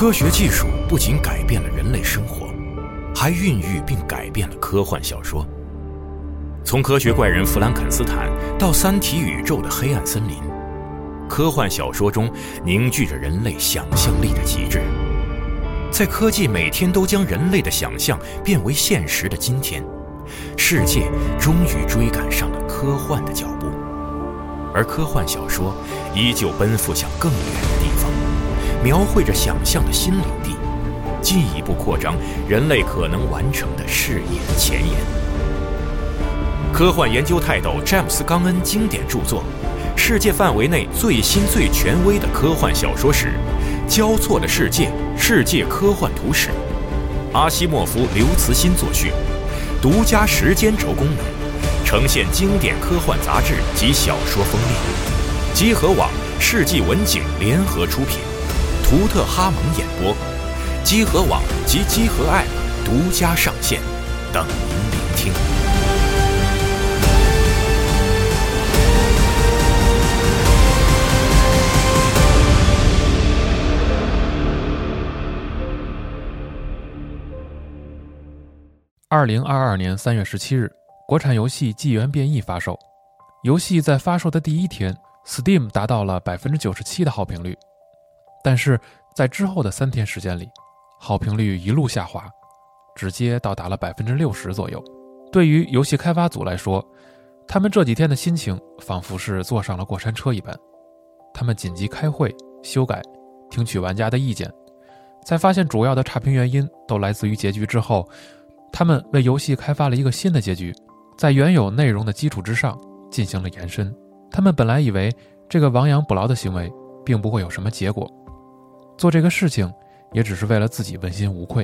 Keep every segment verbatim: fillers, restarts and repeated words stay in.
科学技术不仅改变了人类生活，还孕育并改变了科幻小说。从科学怪人弗兰肯斯坦到三体宇宙的黑暗森林，科幻小说中凝聚着人类想象力的极致。在科技每天都将人类的想象变为现实的今天，世界终于追赶上了科幻的脚步，而科幻小说依旧奔赴向更远的地方，描绘着想象的新领地，进一步扩张人类可能完成的事业的前沿。科幻研究泰斗詹姆斯·冈恩经典著作，世界范围内最新最权威的科幻小说史《交错的世界：世界科幻图史》，阿西莫夫、刘慈欣作序，独家时间轴功能，呈现经典科幻杂志及小说封面。集合网、世纪文景联合出品，图特哈蒙演播，集合网及集合 App 独家上线，等您聆听。 二零二二年三月十七日，国产游戏《纪元变异》发售。游戏在发售的第一天 ，Steam 达到了 百分之九十七 的好评率，但是在之后的三天时间里，好评率一路下滑，直接到达了 百分之六十 左右。对于游戏开发组来说，他们这几天的心情仿佛是坐上了过山车一般。他们紧急开会修改，听取玩家的意见，在发现主要的差评原因都来自于结局之后，他们为游戏开发了一个新的结局，在原有内容的基础之上进行了延伸。他们本来以为这个亡羊补牢的行为并不会有什么结果，做这个事情也只是为了自己问心无愧。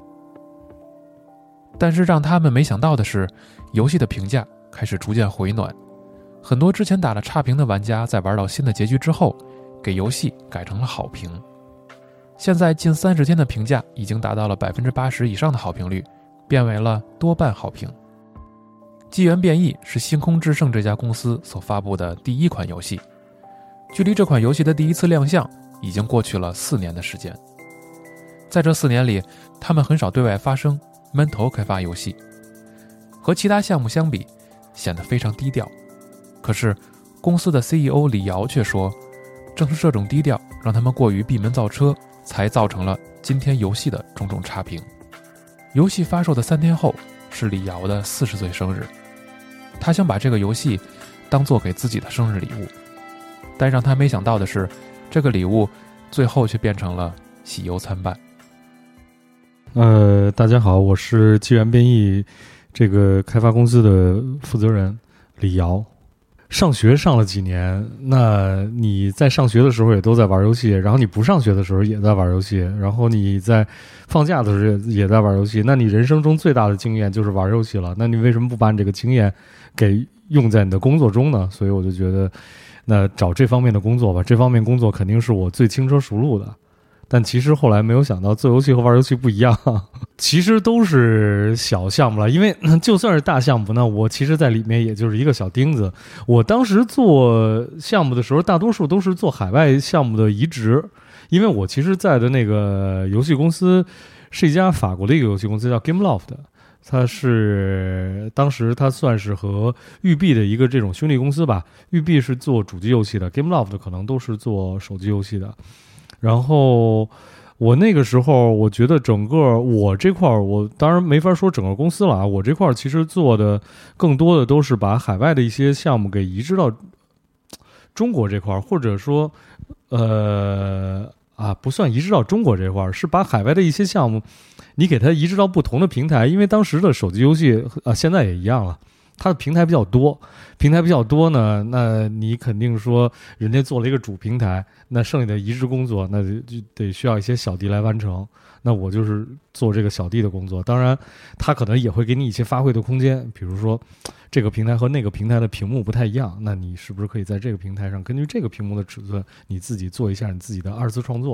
但是让他们没想到的是，游戏的评价开始逐渐回暖。很多之前打了差评的玩家在玩到新的结局之后，给游戏改成了好评。现在近三十天的评价已经达到了 百分之八十 以上的好评率，变为了多半好评。纪元变异是星空之圣这家公司所发布的第一款游戏，距离这款游戏的第一次亮相已经过去了四年的时间。在这四年里，他们很少对外发声，闷头开发游戏，和其他项目相比显得非常低调。可是公司的 C E O 李瑶却说，正是这种低调让他们过于闭门造车，才造成了今天游戏的种种差评。游戏发售的三天后是李瑶的四十岁生日，他想把这个游戏当作给自己的生日礼物，但让他没想到的是，这个礼物最后却变成了喜忧参半。 呃，大家好，我是纪元变异这个开发公司的负责人李瑶。上学上了几年，那你在上学的时候也都在玩游戏，然后你不上学的时候也在玩游戏，然后你在放假的时候也在玩游戏，那你人生中最大的经验就是玩游戏了，那你为什么不把你这个经验给用在你的工作中呢？所以我就觉得那找这方面的工作吧，这方面工作肯定是我最轻车熟路的。但其实后来没有想到，做游戏和玩游戏不一样，其实都是小项目了。因为就算是大项目呢，我其实在里面也就是一个小钉子。我当时做项目的时候，大多数都是做海外项目的移植，因为我其实在的那个游戏公司是一家法国的一个游戏公司，叫 Gameloft。它是当时它算是和育碧的一个这种兄弟公司吧。育碧是做主机游戏的， Gameloft 可能都是做手机游戏的。然后我那个时候我觉得整个我这块我当然没法说整个公司了啊，我这块其实做的更多的都是把海外的一些项目给移植到中国这块，或者说呃啊不算移植到中国这块，是把海外的一些项目你给它移植到不同的平台。因为当时的手机游戏啊现在也一样了，它的平台比较多，平台比较多呢，那你肯定说人家做了一个主平台，那剩下的移植工作那就得需要一些小弟来完成。那我就是做这个小弟的工作，当然他可能也会给你一些发挥的空间，比如说这个平台和那个平台的屏幕不太一样，那你是不是可以在这个平台上根据这个屏幕的尺寸你自己做一下你自己的二次创作。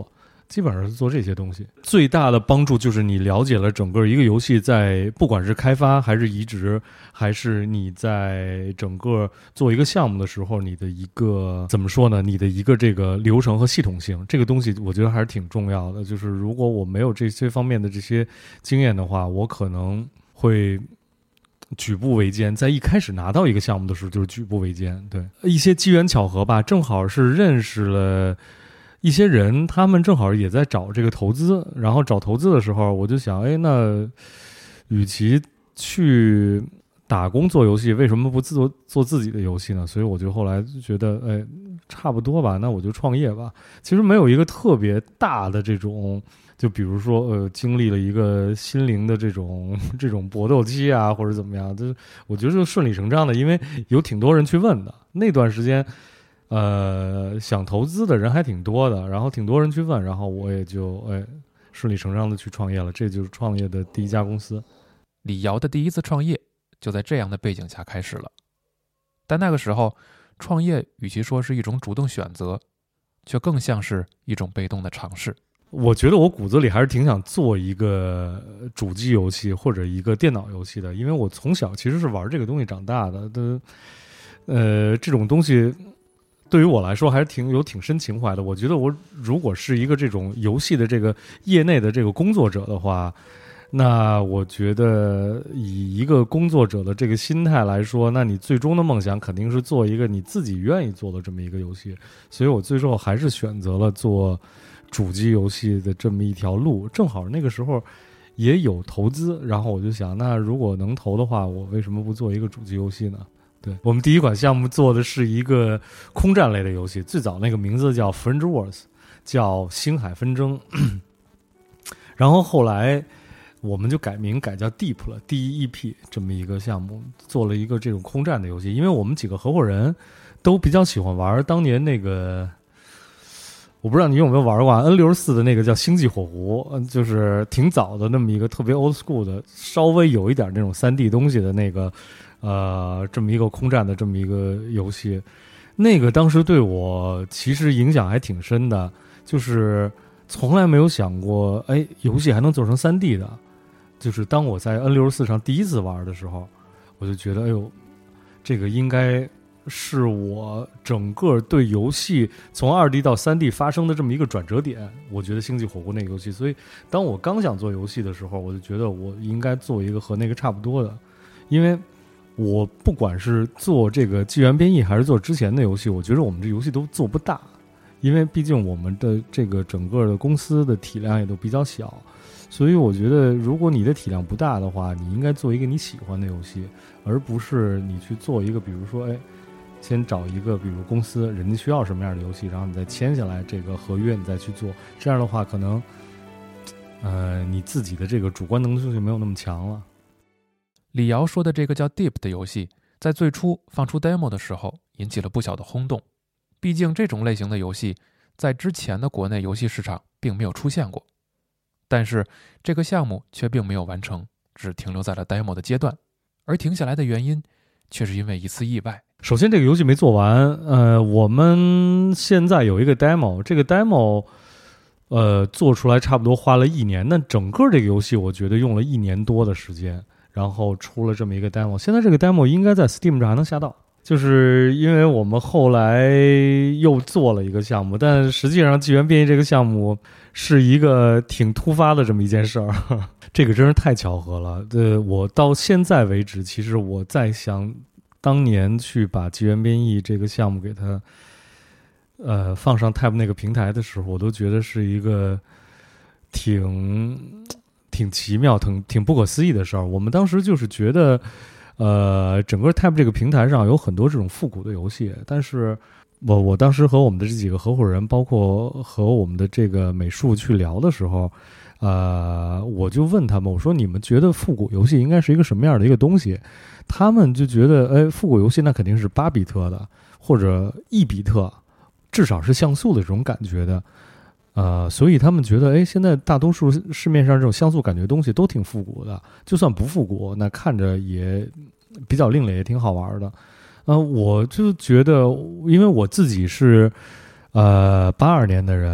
基本上是做这些东西。最大的帮助就是你了解了整个一个游戏在不管是开发还是移植，还是你在整个做一个项目的时候，你的一个怎么说呢？你的一个这个流程和系统性，这个东西我觉得还是挺重要的。就是如果我没有这些方面的这些经验的话，我可能会举步维艰，在一开始拿到一个项目的时候就是举步维艰。对，一些机缘巧合吧，正好是认识了一些人，他们正好也在找这个投资，然后找投资的时候我就想，哎，那与其去打工做游戏，为什么不自做做自己的游戏呢？所以我就后来就觉得，哎，差不多吧，那我就创业吧。其实没有一个特别大的这种，就比如说呃，经历了一个心灵的这种这种搏斗期啊，或者怎么样，就是我觉得就顺理成章的，因为有挺多人去问的那段时间。呃，想投资的人还挺多的，然后挺多人去问，然后我也就哎顺理成章的去创业了，这就是创业的第一家公司。 李瑶的第一次创业就在这样的背景下开始了，但那个时候创业与其说是一种主动选择，却更像是一种被动的尝试。 我觉得我骨子里还是挺想做一个主机游戏或者一个电脑游戏的，因为我从小其实是玩这个东西长大的，的呃这种东西对于我来说还是挺有挺深情怀的。我觉得我如果是一个这种游戏的这个业内的这个工作者的话，那我觉得以一个工作者的这个心态来说，那你最终的梦想肯定是做一个你自己愿意做的这么一个游戏。所以我最后还是选择了做主机游戏的这么一条路。正好那个时候也有投资，然后我就想，那如果能投的话，我为什么不做一个主机游戏呢？对，我们第一款项目做的是一个空战类的游戏，最早那个名字叫 Fringe Wars， 叫星海纷争。然后后来我们就改名改叫 Deep 了 D E E P 这么一个项目，做了一个这种空战的游戏。因为我们几个合伙人都比较喜欢玩当年那个，我不知道你有没有玩过 N 六十四 的那个叫星际火狐，就是挺早的那么一个特别 old school 的，稍微有一点那种 三 D 东西的那个呃，这么一个空战的这么一个游戏。那个当时对我其实影响还挺深的，就是从来没有想过哎，游戏还能做成 三 D 的。就是当我在 N 六十四 上第一次玩的时候，我就觉得哎呦，这个应该是我整个对游戏从 二 D 到 三 D 发生的这么一个转折点。我觉得星际火狐那个游戏，所以当我刚想做游戏的时候，我就觉得我应该做一个和那个差不多的。因为我不管是做这个纪元编译还是做之前的游戏，我觉得我们这游戏都做不大，因为毕竟我们的这个整个的公司的体量也都比较小，所以我觉得如果你的体量不大的话，你应该做一个你喜欢的游戏，而不是你去做一个比如说哎，先找一个比如公司人家需要什么样的游戏，然后你再签下来这个合约，你再去做，这样的话可能呃你自己的这个主观能力就没有那么强了。 李瑶说的这个叫 Deep 的游戏，在最初放出 demo 的时候引起了不小的轰动，毕竟这种类型的游戏在之前的国内游戏市场并没有出现过。但是这个项目却并没有完成，只停留在了 demo 的阶段，而停下来的原因却是因为一次意外。 首先这个游戏没做完，呃，我们现在有一个 demo， 这个 demo呃做出来差不多花了一年，那整个这个游戏我觉得用了一年多的时间，然后出了这么一个 demo。 现在这个 demo 应该在 Steam 上还能下到，就是因为我们后来又做了一个项目，但实际上纪元编译这个项目是一个挺突发的这么一件事儿，这个真是太巧合了。呃，我到现在为止，其实我在想当年去把纪元编译这个项目给它呃放上 Tab 那个平台的时候，我都觉得是一个挺挺奇妙挺挺不可思议的事儿。我们当时就是觉得呃，整个 Tab 这个平台上有很多这种复古的游戏，但是我我当时和我们的这几个合伙人，包括和我们的这个美术去聊的时候，呃，我就问他们，我说你们觉得复古游戏应该是一个什么样的一个东西？他们就觉得，哎，复古游戏那肯定是八比特的或者一比特，至少是像素的这种感觉的。呃，所以他们觉得，哎，现在大多数市面上这种像素感觉东西都挺复古的，就算不复古，那看着也比较另类，也挺好玩的。呃，我就觉得，因为我自己是呃八二年的人，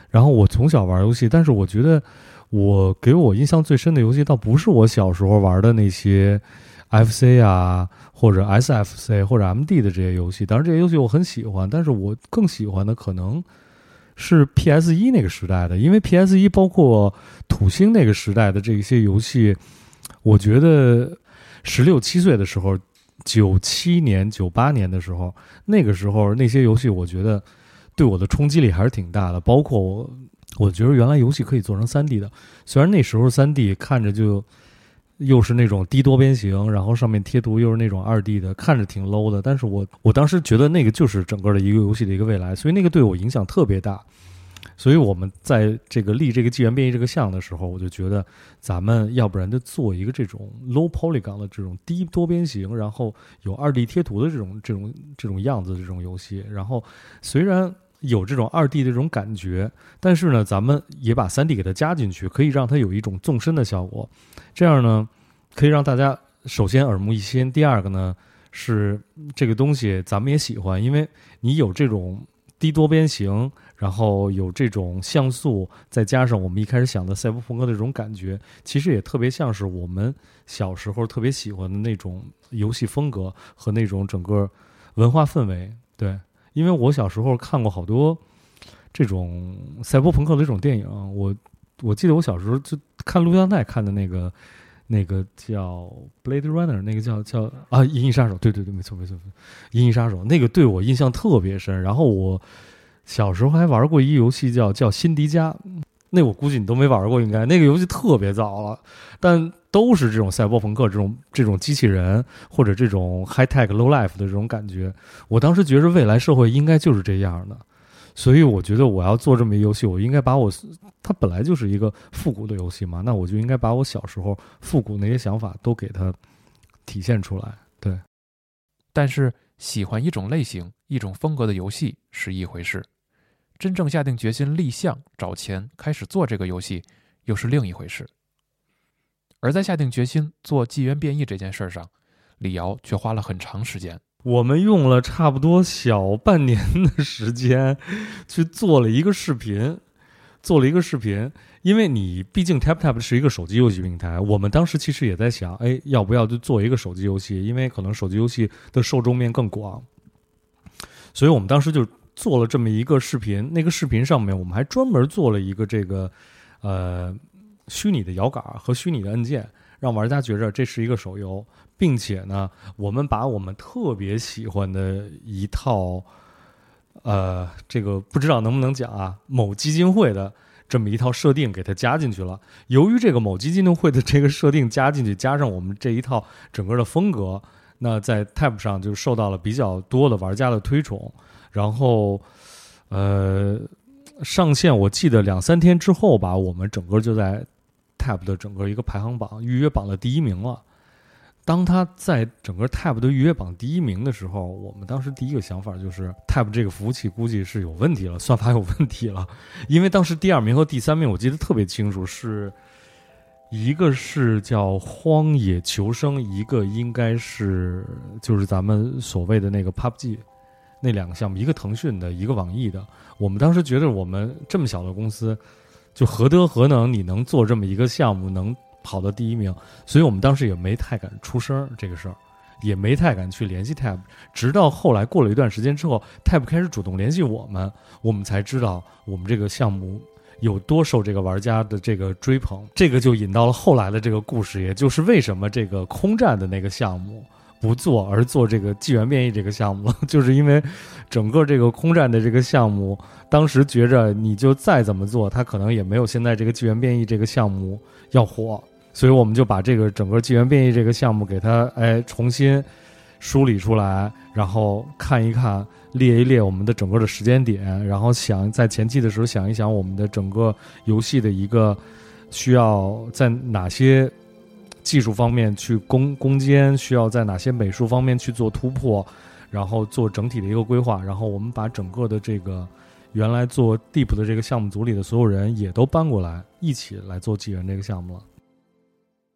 然后我从小玩游戏，但是我觉得我给我印象最深的游戏倒不是我小时候玩的那些 F C 啊或者 S F C 或者 M D 的这些游戏，当然这些游戏我很喜欢，但是我更喜欢的可能是 P S 一 那个时代的，因为 P S 一 包括土星那个时代的这些游戏，我觉得十六七岁的时候，九七年九八年的时候，那个时候那些游戏我觉得对我的冲击力还是挺大的，包括我我觉得原来游戏可以做成 三 D 的，虽然那时候 三 D 看着就又是那种低多边形，然后上面贴图又是那种 二 D 的，看着挺 low 的，但是我我当时觉得那个就是整个的一个游戏的一个未来，所以那个对我影响特别大。所以我们在这个立这个纪元变异这个项的时候，我就觉得咱们要不然就做一个这种 low polygon 的这种低多边形，然后有 二 D 贴图的这种这种这种样子的这种游戏，然后虽然有这种 二 D 的这种感觉，但是呢咱们也把 三 D 给它加进去，可以让它有一种纵深的效果，这样呢可以让大家首先耳目一新，第二个呢是这个东西咱们也喜欢，因为你有这种低多边形，然后有这种像素，再加上我们一开始想的赛博朋克的这种感觉，其实也特别像是我们小时候特别喜欢的那种游戏风格和那种整个文化氛围。对，因为我小时候看过好多这种赛博朋克的这种电影，我我记得我小时候就看录像带看的那个那个叫 Blade Runner， 那个叫叫啊银翼杀手，对对对，没错没错，银翼杀手那个对我印象特别深。然后我小时候还玩过一个游戏叫叫辛迪加，那我估计你都没玩过，应该那个游戏特别早了，但都是这种赛博朋克这种这种机器人或者这种 high tech low life 的这种感觉。我当时觉得未来社会应该就是这样的，所以我觉得我要做这么一游戏，我应该把我它本来就是一个复古的游戏嘛，那我就应该把我小时候复古那些想法都给它体现出来。对， 但是喜欢一种类型一种风格的游戏是一回事，真正下定决心立项找钱开始做这个游戏又是另一回事。而在下定决心做纪元变异这件事上，李瑶却花了很长时间。 我们用了差不多小半年的时间去做了一个视频做了一个视频因为你毕竟 TapTap 是一个手机游戏平台，我们当时其实也在想，哎，要不要就做一个手机游戏，因为可能手机游戏的受众面更广，所以我们当时就做了这么一个视频。那个视频上面我们还专门做了一个这个呃虚拟的摇杆和虚拟的按键，让玩家觉着这是一个手游，并且呢我们把我们特别喜欢的一套呃这个不知道能不能讲啊某基金会的这么一套设定给它加进去了。由于这个某基金会的这个设定加进去，加上我们这一套整个的风格，那在 Tab 上就受到了比较多的玩家的推崇。然后呃上线我记得两三天之后吧，我们整个就在 Tab 的整个一个排行榜预约榜的第一名了。当他在整个 Tab 的预约榜第一名的时候，我们当时第一个想法就是 Tab 这个服务器估计是有问题了，算法有问题了。因为当时第二名和第三名我记得特别清楚，是一个是叫荒野求生，一个应该是就是咱们所谓的那个 P U B G， 那两个项目，一个腾讯的一个网易的。我们当时觉得我们这么小的公司就何德何能你能做这么一个项目能跑到第一名，所以我们当时也没太敢出声这个事儿，也没太敢去联系 Tab。 直到后来过了一段时间之后， Tab 开始主动联系我们，我们才知道我们这个项目有多受这个玩家的这个追捧。这个就引到了后来的这个故事，也就是为什么这个空战的那个项目不做而做这个纪元变异这个项目了，就是因为整个这个空战的这个项目当时觉着你就再怎么做它可能也没有现在这个纪元变异这个项目要火，所以我们就把这个整个纪元变异这个项目给它哎重新梳理出来，然后看一看列一列我们的整个的时间点，然后想在前期的时候想一想我们的整个游戏的一个需要在哪些技术方面去攻攻坚，需要在哪些美术方面去做突破，然后做整体的一个规划。然后我们把整个的这个原来做 Deep 的这个项目组里的所有人也都搬过来，一起来做纪元这个项目了。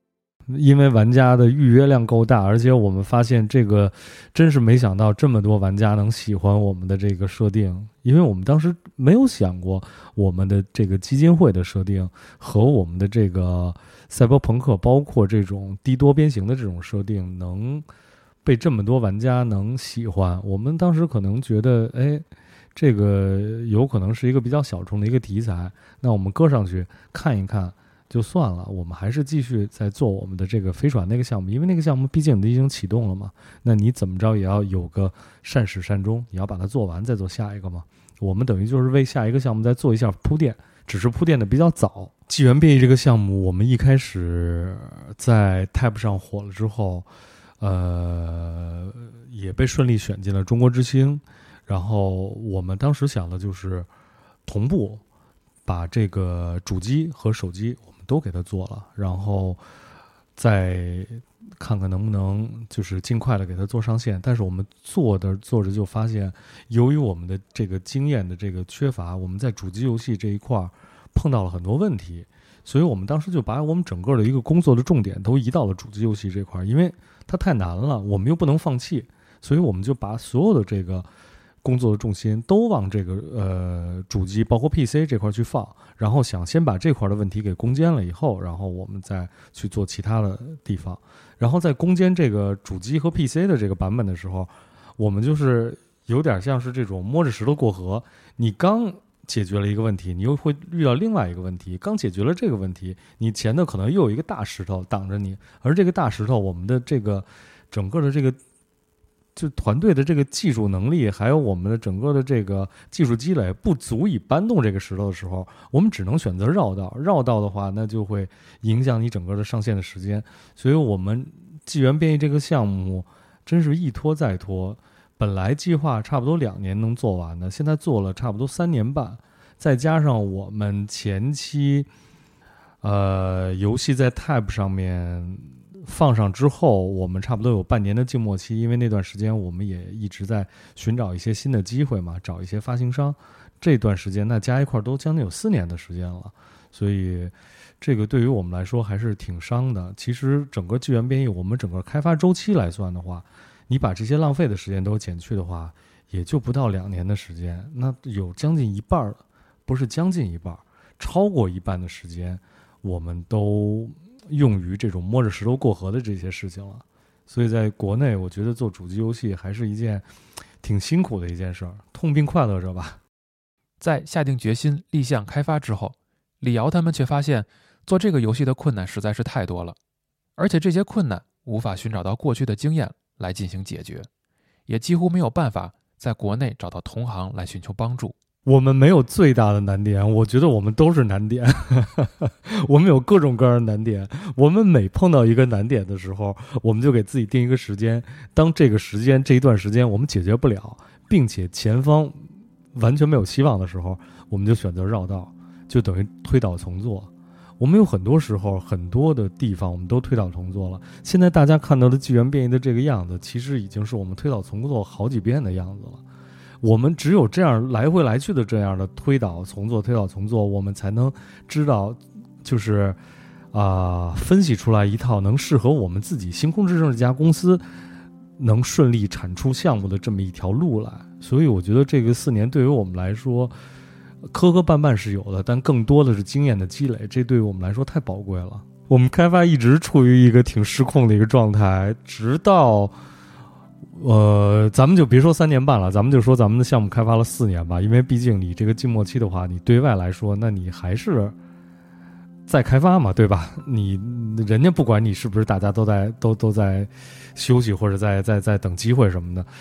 因为玩家的预约量够大，而且我们发现这个真是没想到这么多玩家能喜欢我们的这个设定，因为我们当时没有想过我们的这个基金会的设定和我们的这个赛博朋克包括这种低多边形的这种设定能被这么多玩家能喜欢。我们当时可能觉得哎，这个有可能是一个比较小众的一个题材，那我们搁上去看一看就算了，我们还是继续在做我们的这个飞船那个项目，因为那个项目毕竟已经启动了嘛，那你怎么着也要有个善始善终，你要把它做完再做下一个嘛。我们等于就是为下一个项目再做一下铺垫，只是铺垫的比较早。纪元变异这个项目我们一开始在 Tab 上火了之后，呃，也被顺利选进了中国之星，然后我们当时想的就是同步把这个主机和手机我们都给它做了，然后再看看能不能就是尽快的给它做上线。但是我们做着做着就发现，由于我们的这个经验的这个缺乏，我们在主机游戏这一块碰到了很多问题，所以我们当时就把我们整个的一个工作的重点都移到了主机游戏这块，因为它太难了，我们又不能放弃，所以我们就把所有的这个工作的重心都往这个呃主机包括 P C 这块去放，然后想先把这块的问题给攻坚了以后，然后我们再去做其他的地方。然后在攻坚这个主机和 P C 的这个版本的时候，我们就是有点像是这种摸着石头过河，你刚解决了一个问题，你又会遇到另外一个问题，刚解决了这个问题，你前头可能又有一个大石头挡着你，而这个大石头我们的这个整个的这个就团队的这个技术能力还有我们的整个的这个技术积累不足以搬动这个石头的时候，我们只能选择绕道，绕道的话那就会影响你整个的上线的时间。所以我们纪元变异这个项目真是一拖再拖，本来计划差不多两年能做完的，现在做了差不多三年半，再加上我们前期呃游戏在 Tab 上面放上之后，我们差不多有半年的静默期，因为那段时间我们也一直在寻找一些新的机会嘛，找一些发行商。这段时间那加一块都将近有四年的时间了，所以这个对于我们来说还是挺伤的。其实整个纪元变异我们整个开发周期来算的话，你把这些浪费的时间都减去的话，也就不到两年的时间，那有将近一半了，不是将近一半，超过一半的时间我们都用于这种摸着石头过河的这些事情了。所以在国内我觉得做主机游戏还是一件挺辛苦的一件事儿，痛并快乐着吧。 在下定决心立项开发之后，李瑶他们却发现做这个游戏的困难实在是太多了，而且这些困难无法寻找到过去的经验来进行解决，也几乎没有办法在国内找到同行来寻求帮助。 我们没有最大的难点，我觉得我们都是难点我们有各种各样的难点，我们每碰到一个难点的时候，我们就给自己定一个时间，当这个时间这一段时间我们解决不了，并且前方完全没有希望的时候，我们就选择绕道，就等于推倒重做。我们有很多时候很多的地方我们都推倒重做了，现在大家看到的纪元变异的这个样子，其实已经是我们推倒重做好几遍的样子了。我们只有这样来回来去的这样的推倒重做推倒重做，我们才能知道就是啊、呃，分析出来一套能适合我们自己星空之声这家公司能顺利产出项目的这么一条路来。所以我觉得这个四年对于我们来说磕磕绊绊是有的，但更多的是经验的积累，这对于我们来说太宝贵了。我们开发一直处于一个挺失控的一个状态，直到呃，咱们就别说三年半了，咱们就说咱们的项目开发了四年吧，因为毕竟你这个静默期的话，你对外来说，那你还是在开发嘛，对吧？你人家不管你是不是大家都在都都在休息或者在在在等机会什么的，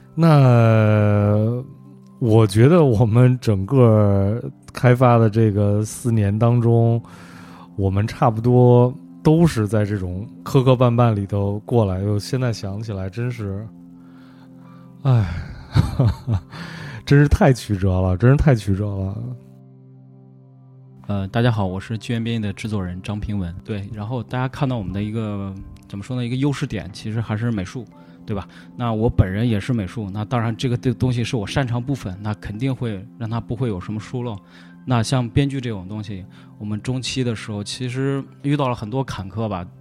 那我觉得我们整个开发的这个四年当中，我们差不多都是在这种磕磕绊绊里头过来。我现在想起来真是唉真是太曲折了，真是太曲折了。 呃，大家好，我是纪元变异的制作人张平文。对，然后大家看到我们的一个怎么说呢，一个优势点，其实还是美术，对吧？那我本人也是美术，那当然这个东西是我擅长部分，那肯定会让它不会有什么疏漏。那像编剧这种东西，我们中期的时候其实遇到了很多坎坷吧，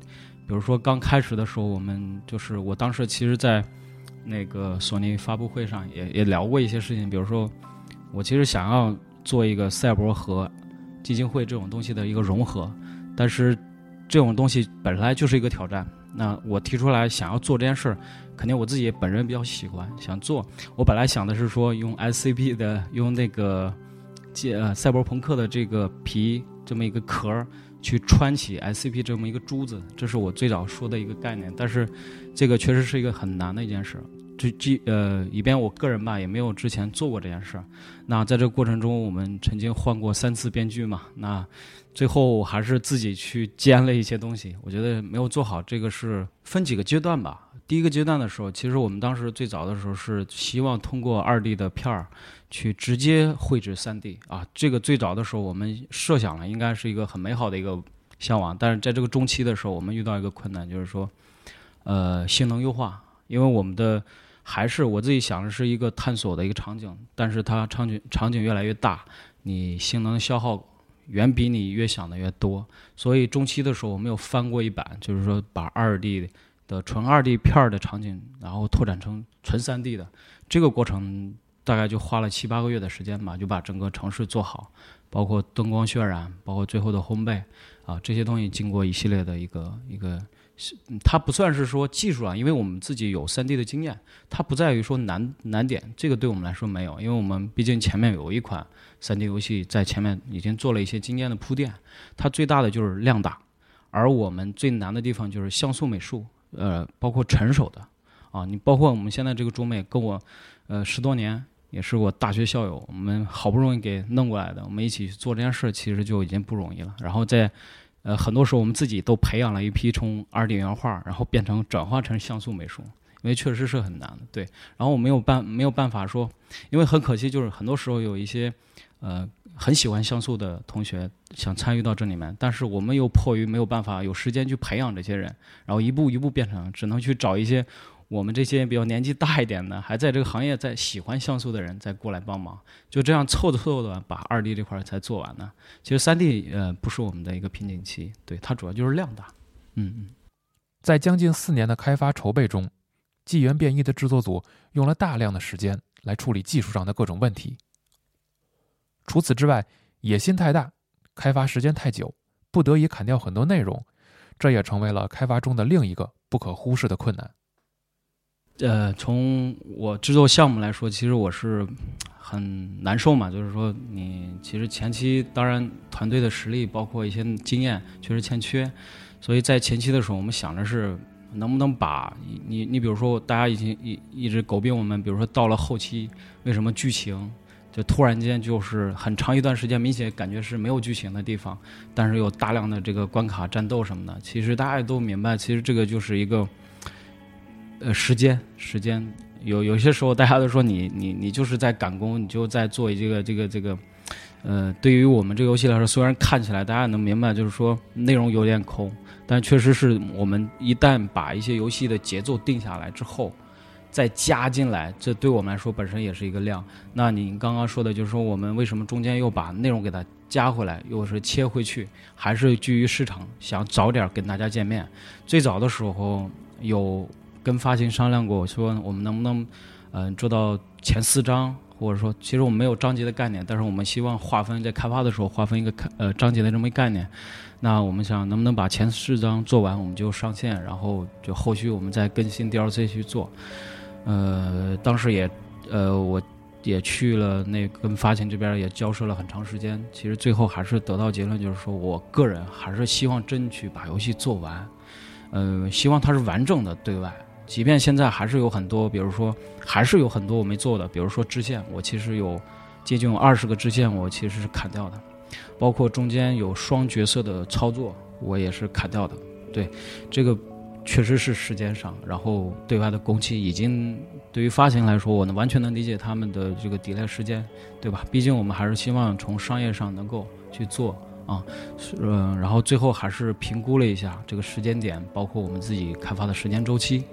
比如说刚开始的时候，我们就是我当时其实在那个索尼发布会上也也聊过一些事情，比如说我其实想要做一个赛博和基金会这种东西的一个融合，但是这种东西本来就是一个挑战。那我提出来想要做这件事儿，肯定我自己本人比较喜欢想做。我本来想的是说用 S C P 的用那个呃赛博朋克的这个皮这么一个壳去穿起 S C P 这么一个珠子，这是我最早说的一个概念。但是这个确实是一个很难的一件事，就即呃以便我个人吧也没有之前做过这件事。那在这个过程中，我们曾经换过三次编剧嘛，那最后还是自己去兼了一些东西，我觉得没有做好。这个是分几个阶段吧。第一个阶段的时候，其实我们当时最早的时候是希望通过二 D 的片儿去直接绘制三 D 啊。这个最早的时候我们设想了应该是一个很美好的一个向往，但是在这个中期的时候，我们遇到一个困难，就是说呃性能优化。因为我们的还是我自己想的是一个探索的一个场景，但是它场景场景越来越大，你性能消耗远比你越想的越多，所以中期的时候我们有翻过一版，就是说把二 D 的纯二 D 片的场景，然后拓展成纯三 D 的。这个过程大概就花了七八个月的时间吧，就把整个城市做好，包括灯光渲染，包括最后的烘焙啊，这些东西经过一系列的一个一个。它不算是说技术上，因为我们自己有 三 D 的经验，它不在于说难难点，这个对我们来说没有，因为我们毕竟前面有一款三 D 游戏在前面已经做了一些经验的铺垫，它最大的就是量大，而我们最难的地方就是像素美术，呃，包括成熟的啊，你包括我们现在这个中美跟我呃十多年，也是我大学校友，我们好不容易给弄过来的，我们一起去做这件事，其实就已经不容易了。然后在呃，很多时候我们自己都培养了一批从二 D 原画，然后变成转化成像素美术，因为确实是很难的。对，然后我没有办没有办法说，因为很可惜，就是很多时候有一些呃很喜欢像素的同学想参与到这里面，但是我们又迫于没有办法有时间去培养这些人，然后一步一步变成只能去找一些我们这些比较年纪大一点的，还在这个行业在喜欢像素的人再过来帮忙，就这样凑着凑着把二 D 这块才做完呢。其实三 D 呃不是我们的一个瓶颈期，对，它主要就是量大。嗯嗯， 在将近四年的开发筹备中，纪元变异的制作组用了大量的时间来处理技术上的各种问题。除此之外，野心太大，开发时间太久，不得已砍掉很多内容，这也成为了开发中的另一个不可忽视的困难。 呃，从我制作项目来说，其实我是很难受嘛，就是说你其实前期当然团队的实力包括一些经验确实欠缺，所以在前期的时候我们想的是能不能把你你比如说大家已经一一直诟病我们，比如说到了后期为什么剧情就突然间就是很长一段时间明显感觉是没有剧情的地方，但是有大量的这个关卡战斗什么的，其实大家也都明白，其实这个就是一个呃，时间，时间有有些时候大家都说你你你就是在赶工，你就在做这个这个这个，呃，对于我们这个游戏来说，虽然看起来大家能明白，就是说内容有点空，但确实是我们一旦把一些游戏的节奏定下来之后，再加进来，这对我们来说本身也是一个量。那你刚刚说的就是说我们为什么中间又把内容给它加回来，又是切回去，还是基于市场想早点跟大家见面。最早的时候有跟发行商量过，说我们能不能嗯、呃、做到前四章，或者说其实我们没有章节的概念，但是我们希望划分在开发的时候划分一个呃章节的这么一个概念。那我们想能不能把前四章做完，我们就上线，然后就后续我们再更新 D L C 去做。呃，当时也呃我也去了那跟发行这边也交涉了很长时间，其实最后还是得到结论，就是说我个人还是希望争取把游戏做完，呃，希望它是完整的对外。即便现在还是有很多，比如说还是有很多我没做的，比如说支线，我其实有接近有二十个支线，我其实是砍掉的，包括中间有双角色的操作，我也是砍掉的。对，这个确实是时间上，然后对外的工期已经对于发行来说，我能完全能理解他们的这个抵赖时间，对吧？毕竟我们还是希望从商业上能够去做啊，嗯、呃，然后最后还是评估了一下这个时间点，包括我们自己开发的时间周期。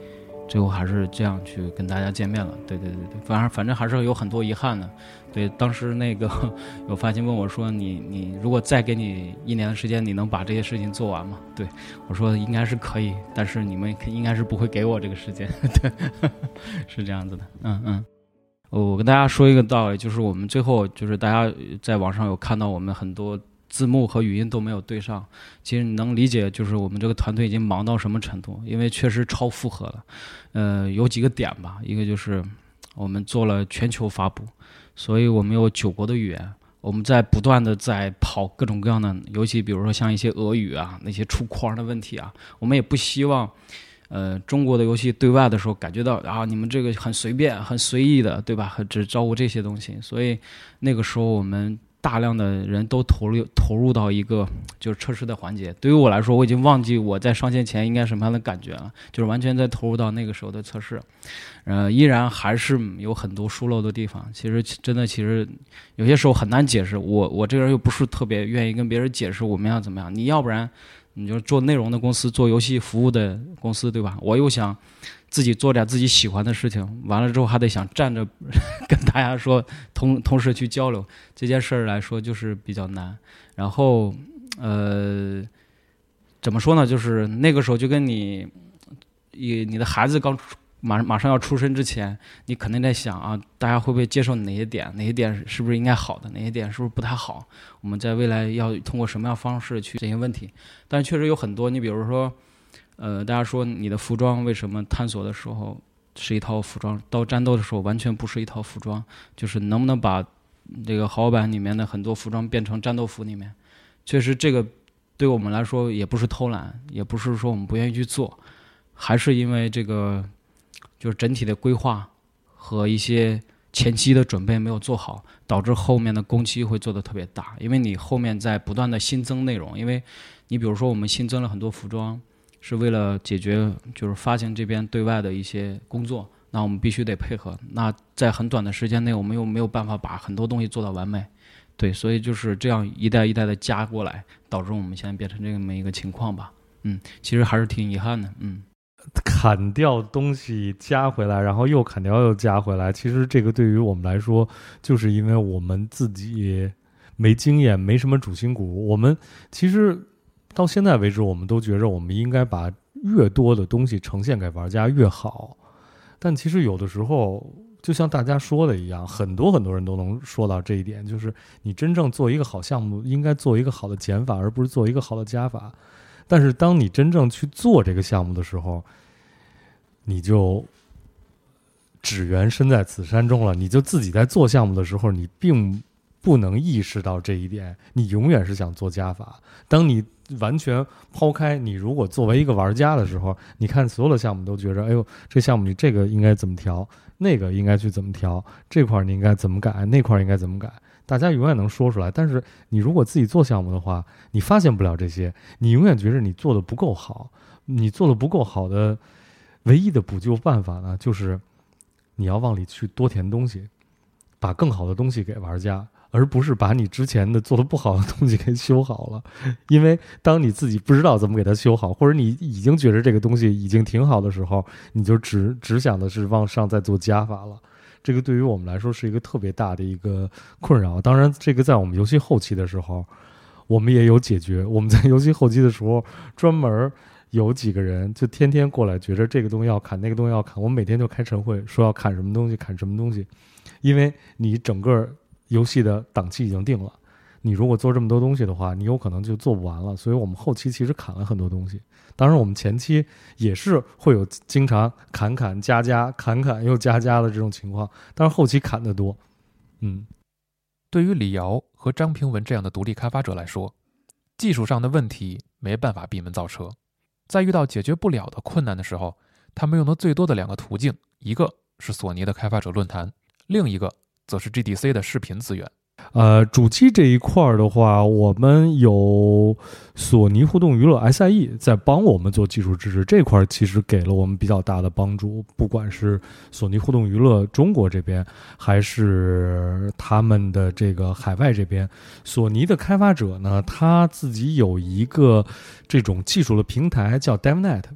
最后还是这样去跟大家见面了。对对对对，反正反正还是有很多遗憾的。对，当时那个有发行问我说你你如果再给你一年的时间，你能把这些事情做完吗？对，我说应该是可以，但是你们应该是不会给我这个时间。对，是这样子的。嗯嗯。我跟大家说一个道理，就是我们最后就是大家在网上有看到我们很多字幕和语音都没有对上，其实你能理解就是我们这个团队已经忙到什么程度，因为确实超负荷了。呃，有几个点吧，一个就是我们做了全球发布，所以我们有九国的语言，我们在不断的在跑各种各样的，尤其比如说像一些俄语啊，那些出框的问题啊，我们也不希望呃，中国的游戏对外的时候感觉到啊，你们这个很随便、很随意的，对吧？只照顾这些东西，所以那个时候我们大量的人都投入投入到一个就是测试的环节。对于我来说，我已经忘记我在上线前应该什么样的感觉了，就是完全在投入到那个时候的测试。呃，依然还是有很多疏漏的地方。其实真的，其实有些时候很难解释。我我这个人又不是特别愿意跟别人解释我们要怎么样。你要不然你就做内容的公司，做游戏服务的公司，对吧？我又想自己做点自己喜欢的事情，完了之后还得想站着跟大家说同同时去交流，这件事儿来说就是比较难。然后呃，怎么说呢？就是那个时候就跟你你你的孩子刚马马上要出生之前，你肯定在想啊，大家会不会接受哪些点，哪些点是不是应该好的，哪些点是不是不太好？我们在未来要通过什么样的方式去这些问题？但是确实有很多，你比如说，呃，大家说你的服装为什么探索的时候是一套服装，到战斗的时候完全不是一套服装？就是能不能把这个豪华版里面的很多服装变成战斗服里面？确实，这个对我们来说也不是偷懒，也不是说我们不愿意去做，还是因为这个。就是整体的规划和一些前期的准备没有做好，导致后面的工期会做得特别大。因为你后面在不断的新增内容，因为你比如说我们新增了很多服装，是为了解决就是发行这边对外的一些工作，那我们必须得配合。那在很短的时间内，我们又没有办法把很多东西做到完美，对，所以就是这样一代一代的加过来，导致我们现在变成这么一个情况吧。嗯，其实还是挺遗憾的。嗯。 砍掉东西加回来，然后又砍掉又加回来，其实这个对于我们来说，就是因为我们自己没经验，没什么主心骨。我们其实到现在为止，我们都觉着我们应该把越多的东西呈现给玩家越好。但其实有的时候，就像大家说的一样，很多很多人都能说到这一点，就是你真正做一个好项目，应该做一个好的减法，而不是做一个好的加法。但是当你真正去做这个项目的时候，你就只缘身在此山中了。你就自己在做项目的时候，你并不能意识到这一点，你永远是想做加法。当你完全抛开你如果作为一个玩家的时候，你看所有的项目都觉着，哎呦，这项目你这个应该怎么调，那个应该去怎么调，这块你应该怎么改，那块应该怎么改，大家永远能说出来。但是你如果自己做项目的话，你发现不了这些，你永远觉得你做的不够好。你做的不够好的唯一的补救办法呢，就是你要往里去多填东西，把更好的东西给玩家，而不是把你之前的做的不好的东西给修好了。因为当你自己不知道怎么给它修好，或者你已经觉得这个东西已经挺好的时候，你就只只想的是往上再做加法了。这个对于我们来说是一个特别大的一个困扰。当然这个在我们游戏后期的时候我们也有解决。我们在游戏后期的时候专门有几个人就天天过来，觉着这个东西要砍，那个东西要砍。我们每天就开晨会，说要砍什么东西，砍什么东西。因为你整个游戏的档期已经定了，你如果做这么多东西的话，你有可能就做不完了。所以我们后期其实砍了很多东西。当然我们前期也是会有经常砍砍加加，砍砍又加加的这种情况，但是后期砍得多。嗯， 对于李瑶和张平文这样的独立开发者来说，技术上的问题没办法闭门造车。在遇到解决不了的困难的时候，他们用的最多的两个途径，一个是索尼的开发者论坛，另一个则是 G D C 的视频资源。 呃，主机这一块的话，我们有索尼互动娱乐 S I E 在帮我们做技术支持，这块其实给了我们比较大的帮助。不管是索尼互动娱乐中国这边，还是他们的这个海外这边，索尼的开发者呢，他自己有一个这种技术的平台叫 DevNet。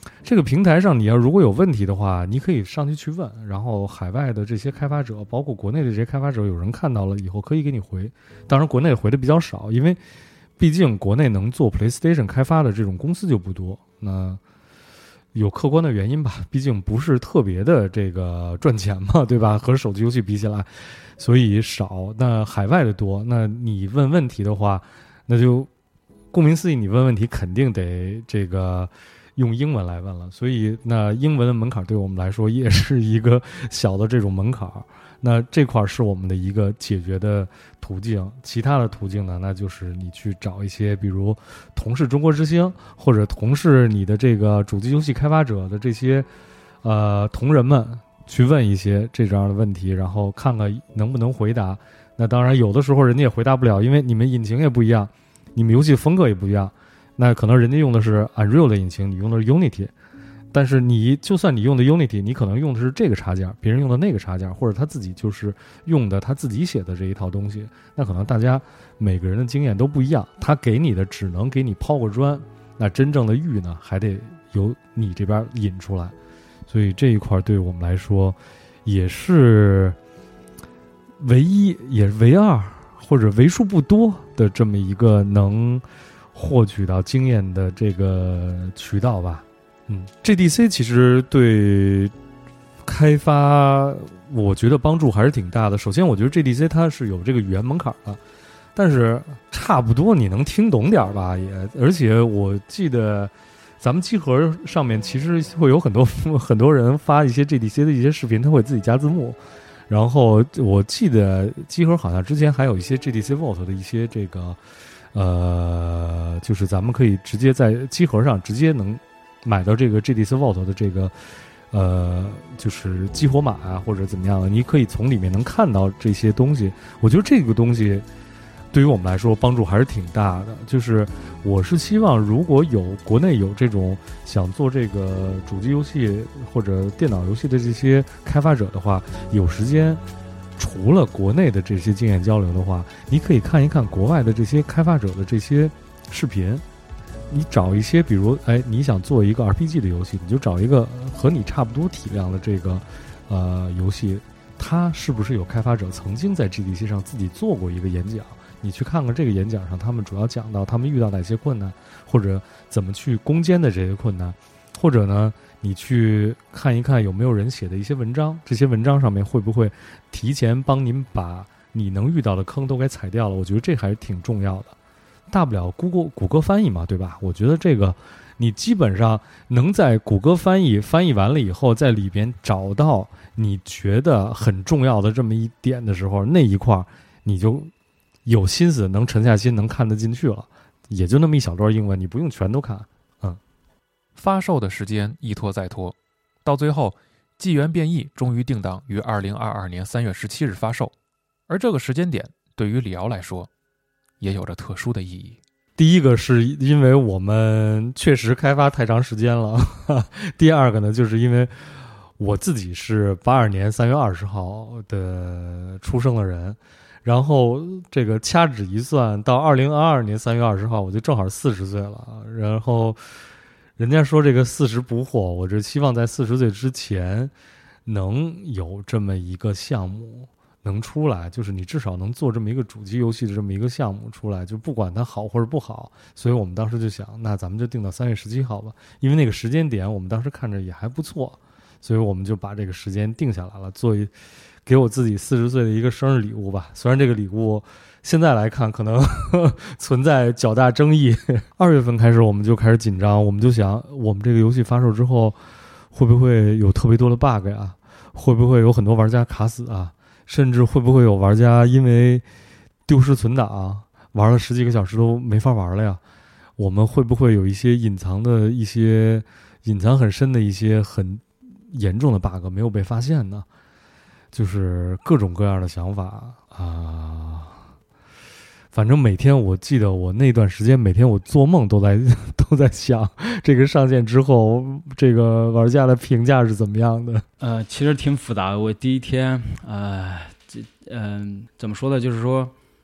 这个平台上你要如果有问题的话，你可以上去去问，然后海外的这些开发者，包括国内的这些开发者，有人看到了以后可以给你回。当然国内回的比较少，因为毕竟国内能做 PlayStation 开发的这种公司就不多，那有客观的原因吧，毕竟不是特别的这个赚钱嘛，对吧？和手机游戏比起来，所以少。那海外的多，那你问问题的话，那就顾名思义，你问问题肯定得这个用英文来问了。所以那英文的门槛对我们来说也是一个小的这种门槛。那这块是我们的一个解决的途径，其他的途径呢，那就是你去找一些比如同是中国之星，或者同是你的这个主机游戏开发者的这些呃同仁们去问一些这样的问题，然后看看能不能回答。那当然有的时候人家也回答不了，因为你们引擎也不一样，你们游戏风格也不一样，那可能人家用的是 Unreal 的引擎，你用的是 Unity，但是你就算你用的 Unity， 你可能用的是这个插件，别人用的那个插件，或者他自己就是用的他自己写的这一套东西，那可能大家每个人的经验都不一样，他给你的只能给你抛个砖，那真正的玉呢，还得由你这边引出来。所以这一块对我们来说也是唯一也唯二或者为数不多的这么一个能获取到经验的这个渠道吧。嗯 ，G D C 其实对开发我觉得帮助还是挺大的。首先，我觉得 G D C 它是有这个语言门槛的，但是差不多你能听懂点吧也。而且我记得咱们机核上面其实会有很多很多人发一些 G D C 的一些视频，他会自己加字幕。然后我记得机核好像之前还有一些 G D C Vault 的一些这个呃，就是咱们可以直接在机核上直接能买到这个 G D C Vault 的这个呃，就是激活码啊，或者怎么样的，你可以从里面能看到这些东西。我觉得这个东西对于我们来说帮助还是挺大的。就是我是希望如果有国内有这种想做这个主机游戏或者电脑游戏的这些开发者的话，有时间除了国内的这些经验交流的话，你可以看一看国外的这些开发者的这些视频。你找一些比如哎你想做一个 R P G 的游戏，你就找一个和你差不多体量的这个呃游戏，它是不是有开发者曾经在 G D C 上自己做过一个演讲，你去看看这个演讲上他们主要讲到他们遇到哪些困难，或者怎么去攻坚的这些困难，或者呢你去看一看有没有人写的一些文章，这些文章上面会不会提前帮您把你能遇到的坑都给踩掉了。我觉得这还是挺重要的。大不了谷歌谷歌翻译嘛，对吧？我觉得这个你基本上能在谷歌翻译翻译完了以后，在里边找到你觉得很重要的这么一点的时候，那一块你就有心思能沉下心能看得进去了。也就那么一小段英文，你不用全都看。嗯， 发售的时间一拖再拖，到最后纪元变异终于定档于二零二二年三月十七日发售。而这个时间点对于李敖来说也有着特殊的意义。 第一个是因为我们确实开发太长时间了，第二个呢，就是因为我自己是八二年三月二十号的出生的人，然后这个掐指一算，到二零二二年三月二十号，我就正好四十岁了。然后人家说这个四十不惑，我这希望在四十岁之前能有这么一个项目能出来，就是你至少能做这么一个主机游戏的这么一个项目出来，就不管它好或者不好。所以我们当时就想，那咱们就定到三月十七号吧，因为那个时间点我们当时看着也还不错，所以我们就把这个时间定下来了，做一给我自己四十岁的一个生日礼物吧。虽然这个礼物现在来看可能呵呵存在较大争议。二月份开始我们就开始紧张，我们就想我们这个游戏发售之后会不会有特别多的 bug 啊，会不会有很多玩家卡死啊，甚至会不会有玩家因为丢失存档玩了十几个小时都没法玩了呀，我们会不会有一些隐藏的一些隐藏很深的一些很严重的 bug 没有被发现呢？就是各种各样的想法啊。反正每天我记得我那段时间每天我做梦都在都在想这个上线之后这个玩家的评价是怎么样的。 呃其实挺复杂的。我第一天呃这嗯、呃、怎么说呢，就是说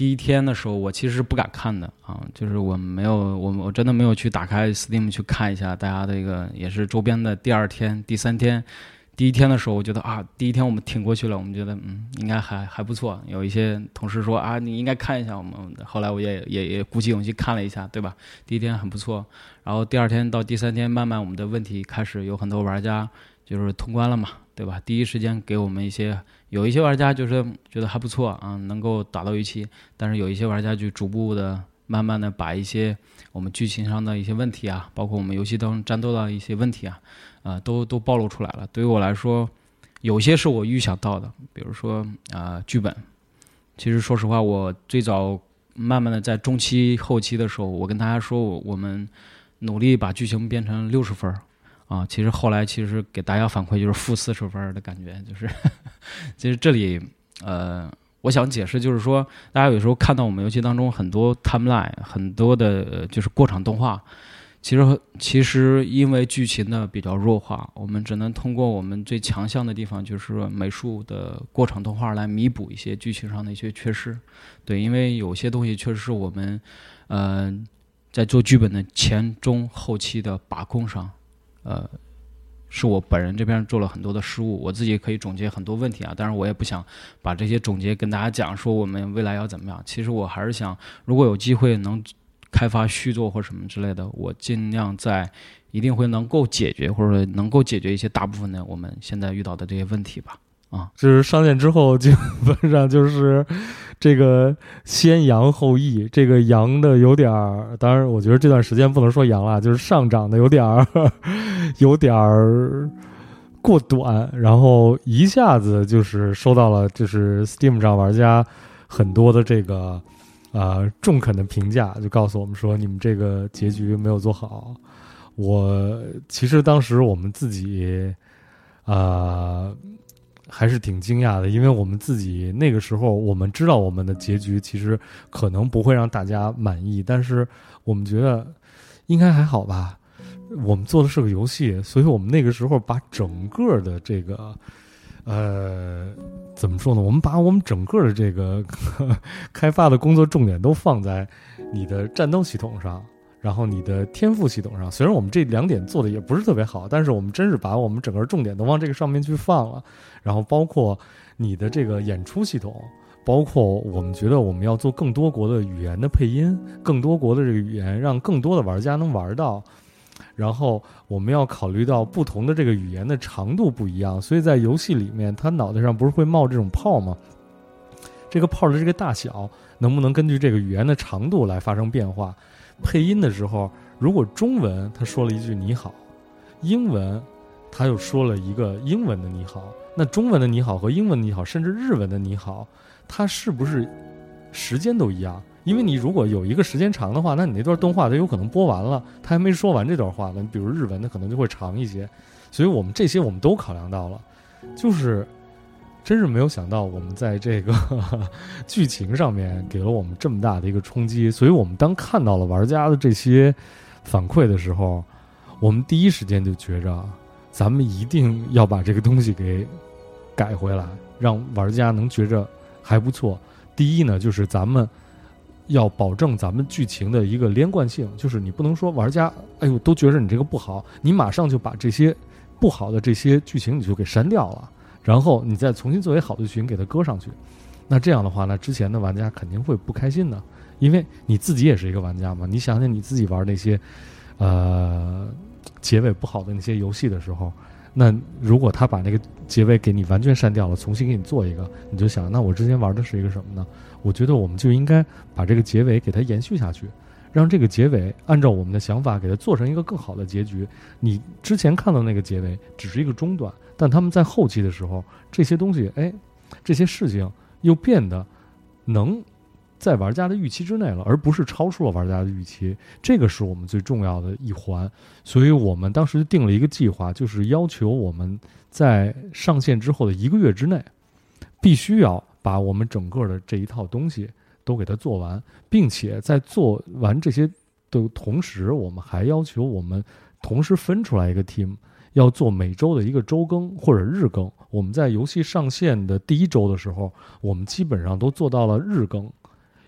第一天的时候，我其实是不敢看的啊，就是我没有，我我真的没有去打开 Steam 去看一下大家这个也是周边的。第二天、第三天，第一天的时候，我觉得啊，第一天我们挺过去了，我们觉得嗯应该还还不错。有一些同事说啊，你应该看一下我们。后来我也也也鼓起勇气看了一下，对吧？第一天很不错，然后第二天到第三天，慢慢我们的问题开始有很多玩家就是通关了嘛，对吧？第一时间给我们一些，有一些玩家就是觉得还不错啊，能够打到预期，但是有一些玩家就逐步的、慢慢的把一些我们剧情上的一些问题啊，包括我们游戏当中战斗的一些问题啊，啊、呃，都都暴露出来了。对于我来说，有些是我预想到的，比如说啊、呃，剧本。其实说实话，我最早慢慢的在中期、后期的时候，我跟大家说，我我们努力把剧情变成六十分。啊，其实后来其实给大家反馈就是负四十分的感觉，就是其实这里呃，我想解释就是说，大家有时候看到我们游戏当中很多 timeline， 很多的、呃、就是过场动画，其实其实因为剧情的比较弱化，我们只能通过我们最强项的地方，就是美术的过场动画来弥补一些剧情上的一些缺失。对，因为有些东西确实是我们呃在做剧本的前中后期的把控上。呃，是我本人这边做了很多的失误，我自己可以总结很多问题啊，当然我也不想把这些总结跟大家讲，说我们未来要怎么样。其实我还是想，如果有机会能开发续作或什么之类的，我尽量在一定会能够解决，或者能够解决一些大部分的我们现在遇到的这些问题吧。啊， 就是上线之后基本上就是这个先扬后抑，这个扬的有点儿，当然我觉得这段时间不能说扬了，就是上涨的有点儿有点儿过短，然后一下子就是收到了就是 Steam 上玩家很多的这个呃中肯的评价，就告诉我们说你们这个结局没有做好。我其实当时我们自己啊。呃还是挺惊讶的，因为我们自己那个时候我们知道我们的结局其实可能不会让大家满意，但是我们觉得应该还好吧。我们做的是个游戏，所以我们那个时候把整个的这个呃怎么说呢，我们把我们整个的这个呵呵开发的工作重点都放在你的战斗系统上，然后你的天赋系统上。虽然我们这两点做的也不是特别好，但是我们真是把我们整个重点都往这个上面去放了。然后包括你的这个演出系统，包括我们觉得我们要做更多国的语言的配音，更多国的这个语言让更多的玩家能玩到。然后我们要考虑到不同的这个语言的长度不一样，所以在游戏里面它脑袋上不是会冒这种泡吗？这个泡的这个大小能不能根据这个语言的长度来发生变化？配音的时候，如果中文他说了一句你好，英文他又说了一个英文的你好，那中文的你好和英文的你好，甚至日文的你好，它是不是时间都一样？因为你如果有一个时间长的话，那你那段动画它有可能播完了，它还没说完这段话呢。比如日文的可能就会长一些，所以我们这些我们都考量到了，就是真是没有想到我们在这个呵呵剧情上面给了我们这么大的一个冲击。所以我们当看到了玩家的这些反馈的时候，我们第一时间就觉着咱们一定要把这个东西给改回来，让玩家能觉着还不错。第一呢，就是咱们要保证咱们剧情的一个连贯性，就是你不能说玩家哎呦都觉着你这个不好，你马上就把这些不好的这些剧情你就给删掉了，然后你再重新作为好的剧情给它搁上去。那这样的话呢，之前的玩家肯定会不开心的，因为你自己也是一个玩家嘛。你想想你自己玩那些呃结尾不好的那些游戏的时候，那如果他把那个结尾给你完全删掉了，重新给你做一个，你就想，那我之前玩的是一个什么呢？我觉得我们就应该把这个结尾给它延续下去，让这个结尾按照我们的想法给它做成一个更好的结局。你之前看到那个结尾只是一个中断，但他们在后期的时候，这些东西，哎，这些事情又变得能在玩家的预期之内了，而不是超出了玩家的预期。这个是我们最重要的一环。所以我们当时定了一个计划，就是要求我们在上线之后的一个月之内，必须要把我们整个的这一套东西都给它做完，并且在做完这些的同时，我们还要求我们同时分出来一个 team， 要做每周的一个周更或者日更。我们在游戏上线的第一周的时候，我们基本上都做到了日更，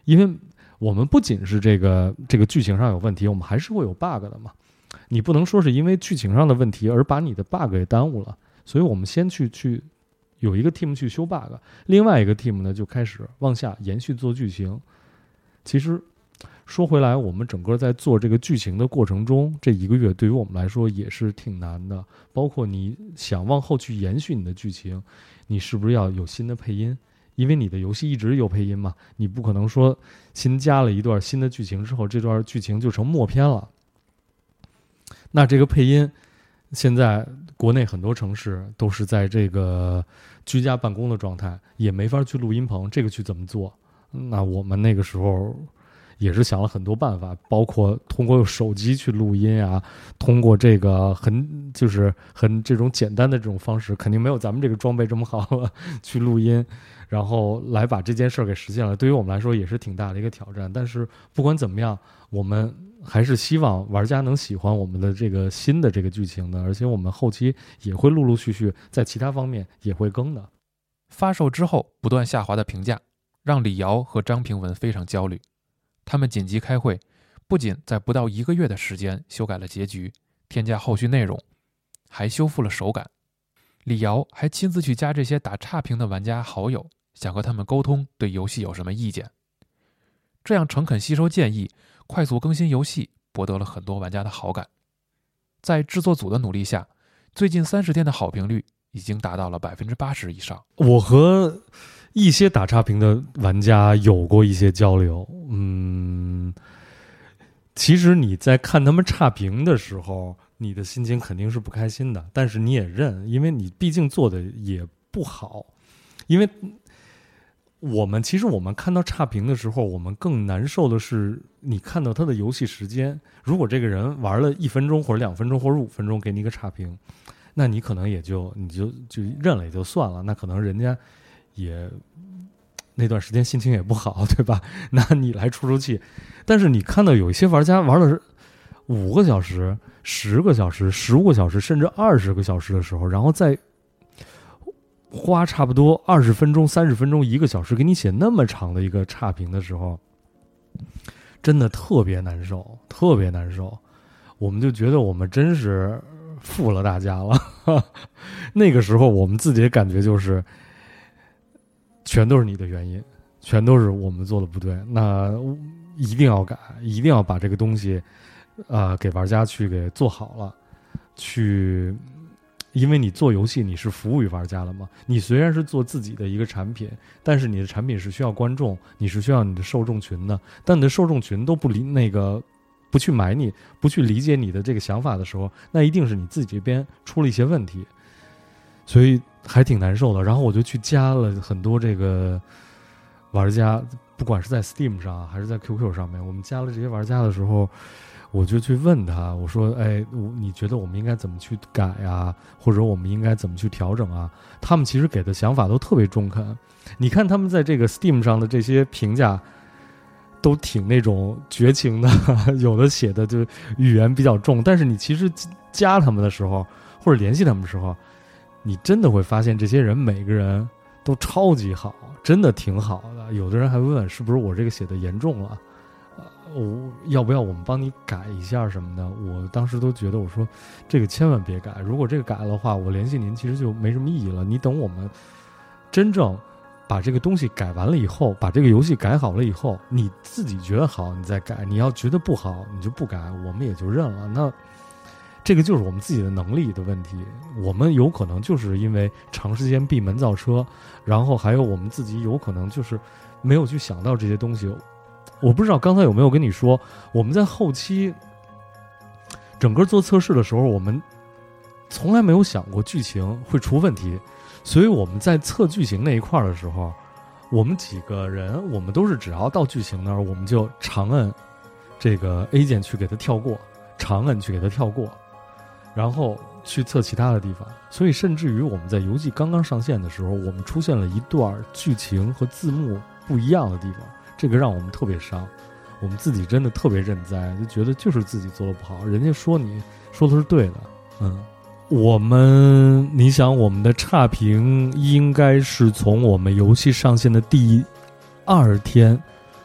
因为我们不仅是这个这个剧情上有问题，我们还是会有 bug 的嘛。你不能说是因为剧情上的问题而把你的 bug 给耽误了，所以我们先去去有一个 team 去修 bug， 另外一个 team 呢就开始往下延续做剧情。其实说回来，我们整个在做这个剧情的过程中，这一个月对于我们来说也是挺难的。包括你想往后去延续你的剧情，你是不是要有新的配音？因为你的游戏一直有配音嘛，你不可能说新加了一段新的剧情之后，这段剧情就成默片了。那这个配音，现在国内很多城市都是在这个居家办公的状态，也没法去录音棚，这个去怎么做？那我们那个时候也是想了很多办法，包括通过手机去录音啊，通过这个很就是很这种简单的这种方式，肯定没有咱们这个装备这么好了去录音，然后来把这件事儿给实现了。对于我们来说也是挺大的一个挑战，但是不管怎么样，我们还是希望玩家能喜欢我们的这个新的这个剧情的，而且我们后期也会陆陆续续在其他方面也会更的。 发售之后不断下滑的评价让李瑶和张平文非常焦虑，他们紧急开会，不仅在不到一个月的时间修改了结局，添加后续内容，还修复了手感。李瑶还亲自去加这些打差评的玩家好友，想和他们沟通对游戏有什么意见。这样诚恳吸收建议，快速更新游戏，博得了很多玩家的好感。在制作组的努力下，最近三十天的好评率已经达到了 百分之八十 以上。 我和一些打差评的玩家有过一些交流，嗯，其实你在看他们差评的时候，你的心情肯定是不开心的，但是你也认，因为你毕竟做的也不好。因为我们其实我们看到差评的时候，我们更难受的是你看到他的游戏时间，如果这个人玩了一分钟或者两分钟或者五分钟给你一个差评，那你可能也就你就就认了也就算了，那可能人家也那段时间心情也不好，对吧？那你来出出气。但是你看到有一些玩家玩了五个小时、十个小时、十五个小时，甚至二十个小时的时候，然后再花差不多二十分钟、三十分钟、一个小时给你写那么长的一个差评的时候，真的特别难受，特别难受。我们就觉得我们真是负了大家了。那个时候我们自己的感觉就是全都是你的原因，全都是我们做的不对，那一定要改，一定要把这个东西呃给玩家去给做好了，去因为你做游戏你是服务于玩家了嘛，你虽然是做自己的一个产品，但是你的产品是需要观众，你是需要你的受众群的，但你的受众群都不理那个不去买你，不去理解你的这个想法的时候，那一定是你自己这边出了一些问题，所以还挺难受的。然后我就去加了很多这个玩家，不管是在 Steam 上还是在 Q Q 上面，我们加了这些玩家的时候，我就去问他，我说哎，你觉得我们应该怎么去改啊，或者我们应该怎么去调整啊？他们其实给的想法都特别中肯。你看他们在这个 Steam 上的这些评价都挺那种绝情的，有的写的就语言比较重，但是你其实加他们的时候或者联系他们的时候，你真的会发现这些人每个人都超级好，真的挺好的。有的人还会问是不是我这个写的严重了，呃，我要不要我们帮你改一下什么的。我当时都觉得我说这个千万别改，如果这个改了的话，我联系您其实就没什么意义了。你等我们真正把这个东西改完了以后，把这个游戏改好了以后，你自己觉得好你再改，你要觉得不好你就不改，我们也就认了。那这个就是我们自己的能力的问题，我们有可能就是因为长时间闭门造车，然后还有我们自己有可能就是没有去想到这些东西。我不知道刚才有没有跟你说，我们在后期整个做测试的时候，我们从来没有想过剧情会出问题，所以我们在测剧情那一块的时候，我们几个人我们都是只要到剧情那儿，我们就长摁这个 A 键去给它跳过，长摁去给它跳过，然后去测其他的地方。所以甚至于我们在游戏刚刚上线的时候，我们出现了一段剧情和字幕不一样的地方，这个让我们特别伤，我们自己真的特别认栽，就觉得就是自己做的不好，人家说你说的是对的。嗯，我们你想我们的差评应该是从我们游戏上线的第二天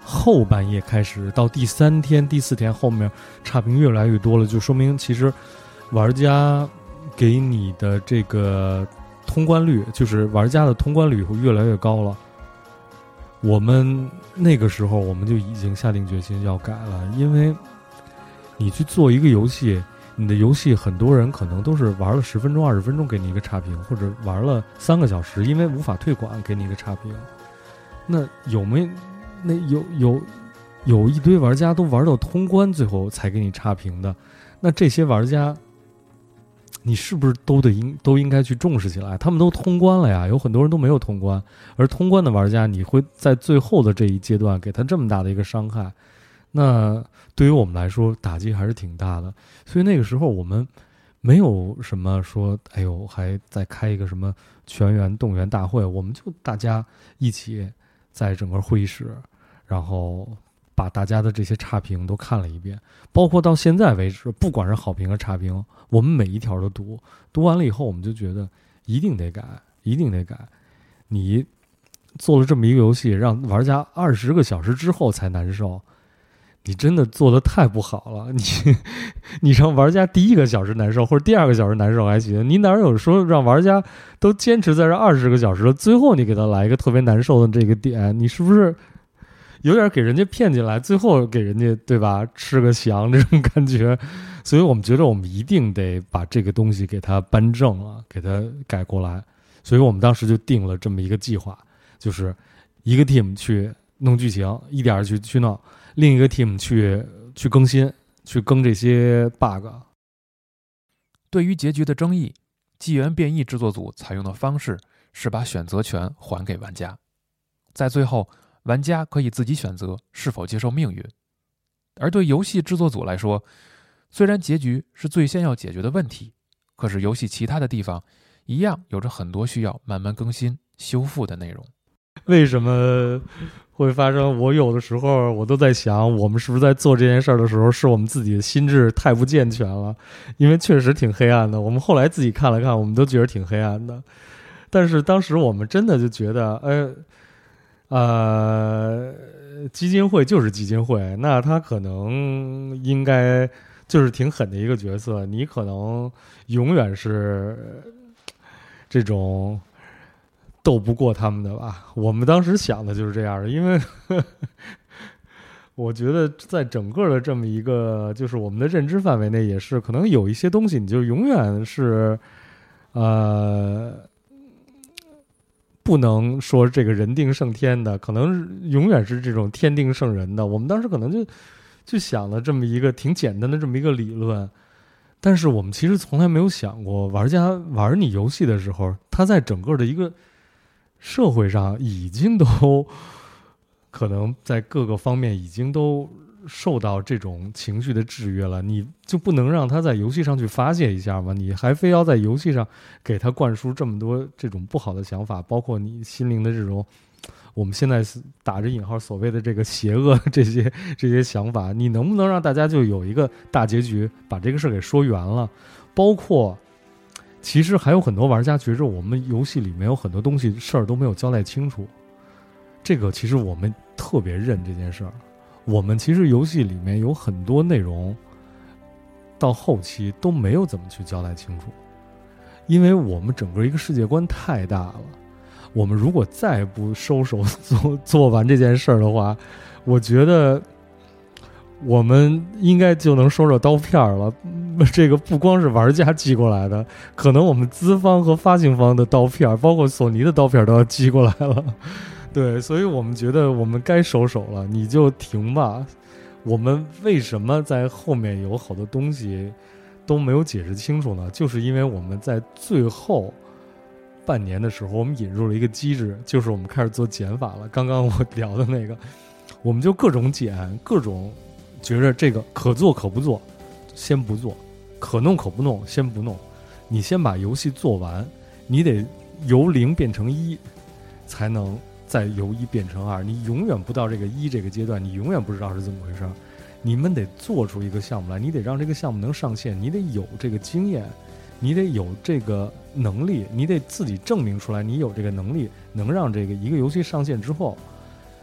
后半夜开始到第三天、第四天后面差评越来越多了，就说明其实玩家给你的这个通关率，就是玩家的通关率会越来越高了。我们那个时候我们就已经下定决心要改了，因为你去做一个游戏，你的游戏很多人可能都是玩了十分钟、二十分钟给你一个差评，或者玩了三个小时，因为无法退款给你一个差评。那有没那有有有一堆玩家都玩到通关最后才给你差评的，那这些玩家你是不是都得应都应该去重视起来？他们都通关了呀，有很多人都没有通关，而通关的玩家你会在最后的这一阶段给他这么大的一个伤害，那对于我们来说打击还是挺大的。所以那个时候我们没有什么说哎呦还再开一个什么全员动员大会，我们就大家一起在整个会议室，然后把大家的这些差评都看了一遍，包括到现在为止，不管是好评和差评，我们每一条都读，读完了以后我们就觉得一定得改，一定得改。你做了这么一个游戏，让玩家二十个小时之后才难受，你真的做得太不好了。你你让玩家第一个小时难受，或者第二个小时难受还行，你哪有说让玩家都坚持在这二十个小时了，最后你给他来一个特别难受的这个点，你是不是有点给人家骗进来，最后给人家对吧吃个翔这种感觉？所以我们觉得我们一定得把这个东西给它扳正了，给它改过来。所以我们当时就定了这么一个计划，就是一个 team 去弄剧情，一点去去弄，另一个 team 去去更新，去更这些 bug。 对于结局的争议，纪元变异制作组采用的方式是把选择权还给玩家，在最后玩家可以自己选择是否接受命运。而对游戏制作组来说，虽然结局是最先要解决的问题，可是游戏其他的地方一样有着很多需要慢慢更新修复的内容。 为什么会发生？我有的时候我都在想，我们是不是在做这件事儿的时候，是我们自己的心智太不健全了？因为确实挺黑暗的。我们后来自己看了看，我们都觉得挺黑暗的。但是当时我们真的就觉得，哎，呃，基金会就是基金会，那他可能应该就是挺狠的一个角色，你可能永远是这种斗不过他们的吧。我们当时想的就是这样的，因为呵呵我觉得在整个的这么一个就是我们的认知范围内，也是可能有一些东西你就永远是呃不能说这个人定胜天的，可能永远是这种天定胜人的。我们当时可能就就想了这么一个挺简单的这么一个理论，但是我们其实从来没有想过，玩家玩你游戏的时候，他在整个的一个社会上已经都可能在各个方面已经都受到这种情绪的制约了，你就不能让他在游戏上去发泄一下吗？你还非要在游戏上给他灌输这么多这种不好的想法，包括你心灵的这种我们现在打着引号所谓的这个邪恶这些这些想法，你能不能让大家就有一个大结局，把这个事给说圆了？包括其实还有很多玩家觉着我们游戏里面有很多东西事儿都没有交代清楚，这个其实我们特别认这件事儿。我们其实游戏里面有很多内容到后期都没有怎么去交代清楚，因为我们整个一个世界观太大了，我们如果再不收手做做完这件事儿的话，我觉得我们应该就能收着刀片了。这个不光是玩家寄过来的，可能我们资方和发行方的刀片，包括索尼的刀片都要寄过来了。对，所以我们觉得我们该收手了，你就停吧。我们为什么在后面有好多东西都没有解释清楚呢？就是因为我们在最后半年的时候，我们引入了一个机制，就是我们开始做减法了。刚刚我聊的那个，我们就各种减，各种觉着这个可做可不做，先不做；可弄可不弄，先不弄。你先把游戏做完，你得由零变成一，才能再由一变成二。你永远不到这个一这个阶段，你永远不知道是怎么回事。你们得做出一个项目来，你得让这个项目能上线，你得有这个经验，你得有这个能力，你得自己证明出来你有这个能力，能让这个一个游戏上线之后，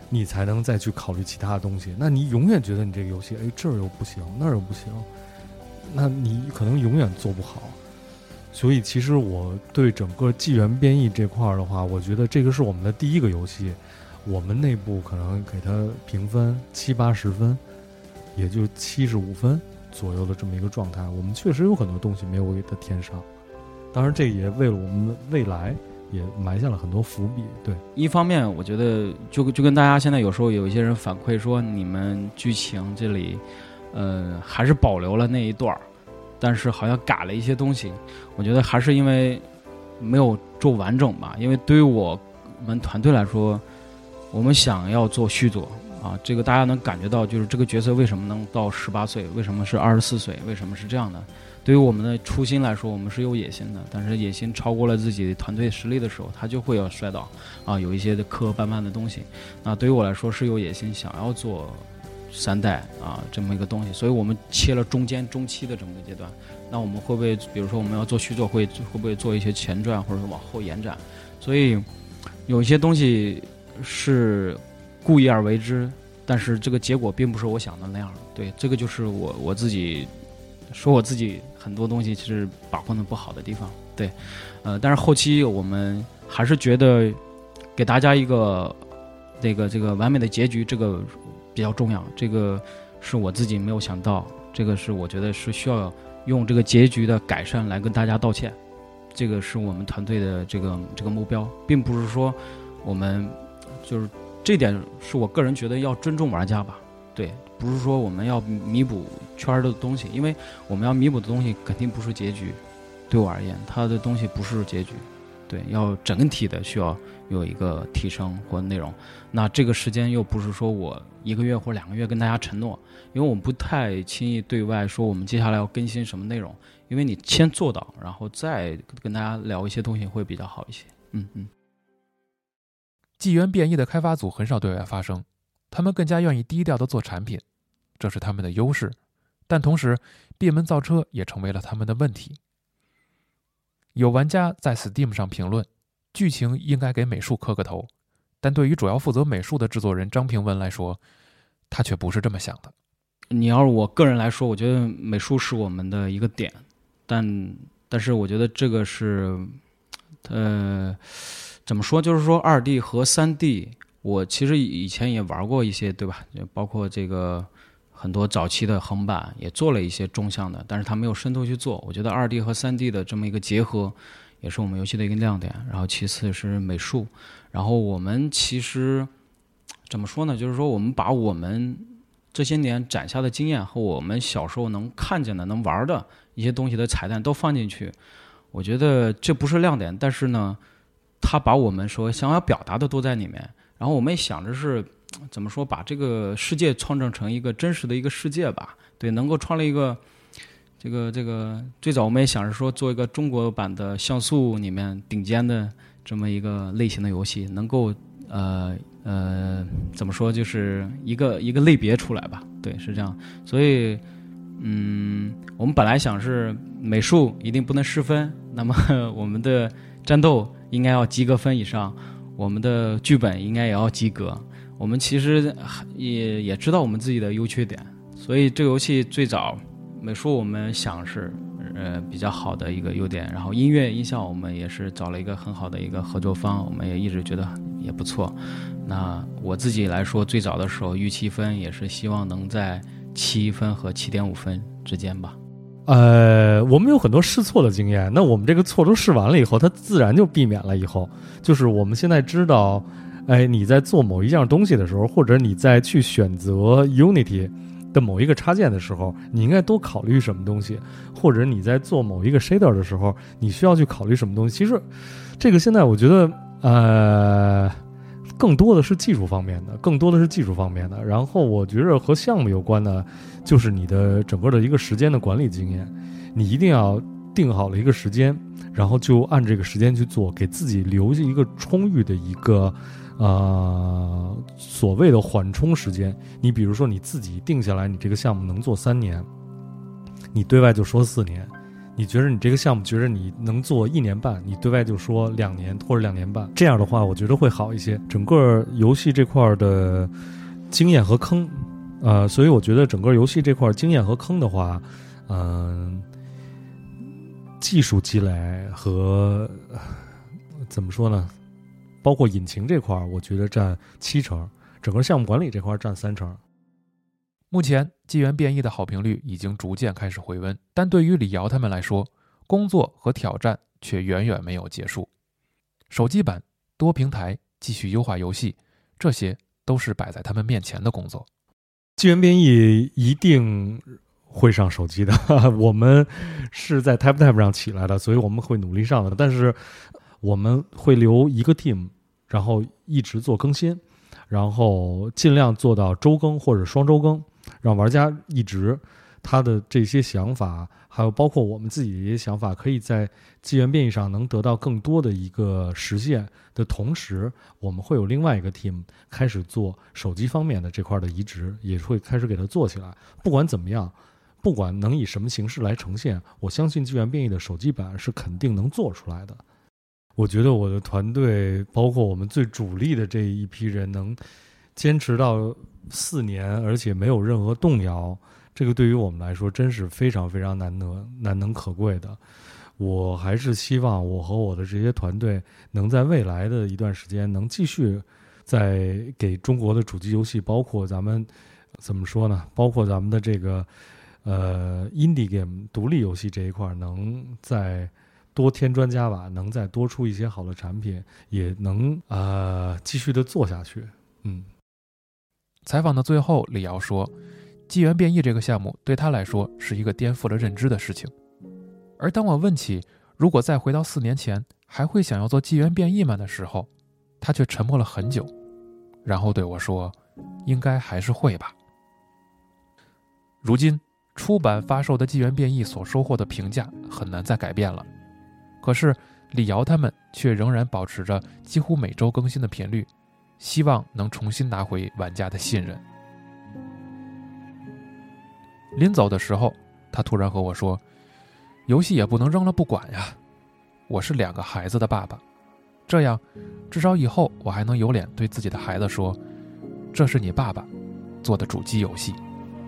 你才能再去考虑其他的东西。那你永远觉得你这个游戏，哎，这儿又不行，那儿又不行，那你可能永远做不好。所以其实我对整个纪元编译这块的话，我觉得这个是我们的第一个游戏，我们内部可能给它评分七八十分，也就七十五分左右的这么一个状态。我们确实有很多东西没有给它填上，当然这也为了我们未来也埋下了很多伏笔。对， 一方面我觉得就就跟大家现在有时候有一些人反馈说，你们剧情这里呃还是保留了那一段，但是好像改了一些东西。我觉得还是因为没有做完整吧，因为对于我们团队来说，我们想要做续作啊，这个大家能感觉到，就是这个角色为什么能到十八岁，为什么是二十四岁，为什么是这样的。对于我们的初心来说，我们是有野心的，但是野心超过了自己团队实力的时候，他就会要摔倒啊，有一些的磕磕绊绊的东西。那对于我来说是有野心，想要做三代啊这么一个东西，所以我们切了中间中期的这么一个阶段。那我们会不会，比如说我们要做续作，会会不会做一些前传，或者说往后延展？所以有一些东西是故意而为之，但是这个结果并不是我想的那样。对，这个就是我我自己说我自己很多东西其实把控的不好的地方。对，呃，但是后期我们还是觉得给大家一个这个这个完美的结局，这个比较重要。这个是我自己没有想到，这个是我觉得是需要用这个结局的改善来跟大家道歉。这个是我们团队的这个这个目标，并不是说我们就是这点是我个人觉得要尊重玩家吧。对，不是说我们要弥补圈的东西，因为我们要弥补的东西肯定不是结局。对我而言，它的东西不是结局，对，要整体的需要有一个提升或内容。那这个时间又不是说我一个月或两个月跟大家承诺，因为我们不太轻易对外说我们接下来要更新什么内容，因为你先做到，然后再跟大家聊一些东西会比较好一些。嗯嗯。 纪元变异的开发组很少对外发声，他们更加愿意低调地做产品，这是他们的优势，但同时闭门造车也成为了他们的问题。有玩家在 Steam 上评论，剧情应该给美术磕个头，但对于主要负责美术的制作人张平文来说，他却不是这么想的。 你要是我个人来说，我觉得美术是我们的一个点，但但是我觉得这个是呃怎么说，就是说 二 D 和 三 D， 我其实以前也玩过一些，对吧，包括这个很多早期的横版也做了一些中项的，但是它没有深度去做。我觉得 二 D 和 三 D 的这么一个结合也是我们游戏的一个亮点。然后其次是美术，然后我们其实怎么说呢，就是说我们把我们这些年攒下的经验和我们小时候能看见的能玩的一些东西的彩蛋都放进去。我觉得这不是亮点，但是呢他把我们说想要表达的都在里面。然后我们也想着是怎么说，把这个世界创造成一个真实的一个世界吧。对，能够创立一个这个这个最早我们也想着说做一个中国版的像素里面顶尖的这么一个类型的游戏，能够呃呃怎么说，就是一个一个类别出来吧。对，是这样。所以嗯，我们本来想是美术一定不能失分，那么我们的战斗应该要及格分以上，我们的剧本应该也要及格。我们其实也也知道我们自己的优缺点，所以这个游戏最早美术我们想是呃比较好的一个优点，然后音乐音效我们也是找了一个很好的一个合作方，我们也一直觉得也不错。那我自己来说，最早的时候预期分也是希望能在七分和七点五分之间吧。 呃，我们有很多试错的经验，那我们这个错都试完了以后，它自然就避免了。以后就是我们现在知道，哎，你在做某一样东西的时候，或者你在去选择 Unity 的某一个插件的时候，你应该多考虑什么东西，或者你在做某一个 shader 的时候，你需要去考虑什么东西。其实这个现在我觉得呃更多的是技术方面的，更多的是技术方面的。然后我觉得和项目有关的，就是你的整个的一个时间的管理经验。你一定要定好了一个时间，然后就按这个时间去做，给自己留下一个充裕的一个呃所谓的缓冲时间。你比如说你自己定下来，你这个项目能做三年，你对外就说四年， 你觉得你这个项目觉得你能做一年半，你对外就说两年或者两年半，这样的话我觉得会好一些。整个游戏这块的经验和坑，呃，所以我觉得整个游戏这块经验和坑的话，嗯、呃，技术积累和怎么说呢，包括引擎这块，我觉得占七成，整个项目管理这块占三成。 目前纪元变异的好评率已经逐渐开始回温，但对于李瑶他们来说，工作和挑战却远远没有结束。手机版、多平台、继续优化游戏，这些都是摆在他们面前的工作。 纪元变异一定会上手机的，我们是在 TapTap 上起来的，所以我们会努力上的。但是我们会留一个 team， 然后一直做更新，然后尽量做到周更或者双周更，让玩家一直他的这些想法，还有包括我们自己的一些想法，可以在纪元变异上能得到更多的一个实现的同时，我们会有另外一个 team 开始做手机方面的这块的移植，也会开始给它做起来。不管怎么样，不管能以什么形式来呈现，我相信纪元变异的手机版是肯定能做出来的。我觉得我的团队，包括我们最主力的这一批人，能坚持到四年，而且没有任何动摇，这个对于我们来说真是非常非常难得、难能可贵的。我还是希望我和我的这些团队能在未来的一段时间，能继续在给中国的主机游戏，包括咱们怎么说呢？包括咱们的这个呃 indie game 独立游戏这一块，能在多添砖加瓦，能再多出一些好的产品，也能呃继续的做下去。嗯。 采访的最后，李瑶说，纪元变异这个项目对他来说是一个颠覆了认知的事情。而当我问起如果再回到四年前还会想要做纪元变异吗的时候，他却沉默了很久，然后对我说，应该还是会吧。如今出版发售的纪元变异所收获的评价很难再改变了，可是李瑶他们却仍然保持着几乎每周更新的频率，希望能重新拿回玩家的信任。临走的时候，他突然和我说，游戏也不能扔了不管呀，我是两个孩子的爸爸，这样至少以后我还能有脸对自己的孩子说，这是你爸爸做的主机游戏。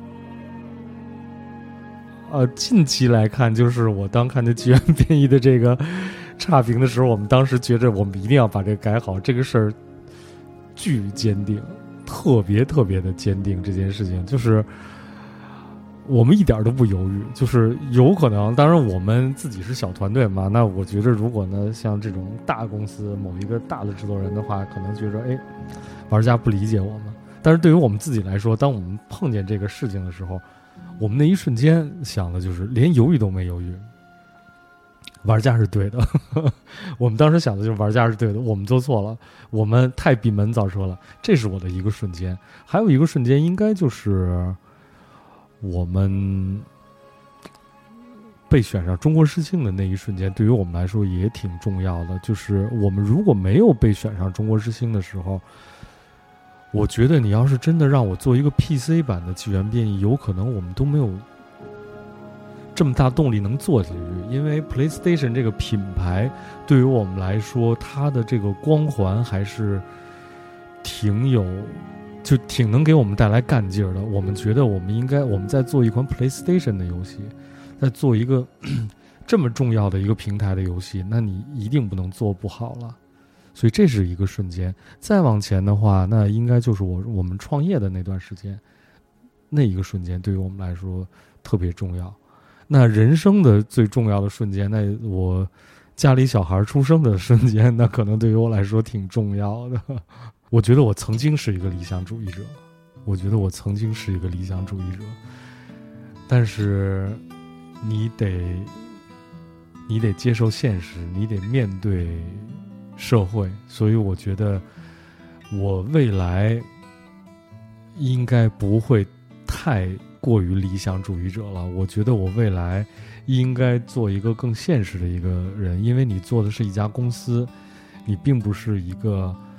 呃，近期来看，就是我当看见纪元变异的这个差评的时候，我们当时觉着我们一定要把这个改好，这个事儿巨坚定，特别特别的坚定。这件事情就是我们一点都不犹豫，就是有可能，当然我们自己是小团队嘛，那我觉得如果呢像这种大公司某一个大的制作人的话，可能觉得哎，玩家不理解我们，但是对于我们自己来说，当我们碰见这个事情的时候，我们那一瞬间想的就是连犹豫都没犹豫，玩家是对的我们当时想的就是玩家是对的，我们做错了，我们太闭门造车了，这是我的一个瞬间。还有一个瞬间应该就是我们被选上中国世庆的那一瞬间，对于我们来说也挺重要的。就是我们如果没有被选上中国世庆的时候，我觉得你要是真的让我做一个 P C 版的纪元变异，有可能我们都没有这么大动力能做下去。因为 PlayStation 这个品牌对于我们来说，它的这个光环还是挺有就挺能给我们带来干劲儿的。我们觉得我们应该我们在做一款 PlayStation 的游戏，在做一个这么重要的一个平台的游戏，那你一定不能做不好了。所以这是一个瞬间。再往前的话，那应该就是我我们创业的那段时间，那一个瞬间对于我们来说特别重要。那人生的最重要的瞬间，那我家里小孩出生的瞬间，那可能对于我来说挺重要的。我觉得我曾经是一个理想主义者，我觉得我曾经是一个理想主义者，但是你得你得接受现实，你得面对社会，所以我觉得我未来应该不会太过于理想主义者了。我觉得我未来应该做一个更现实的一个人，因为你做的是一家公司，你并不是一个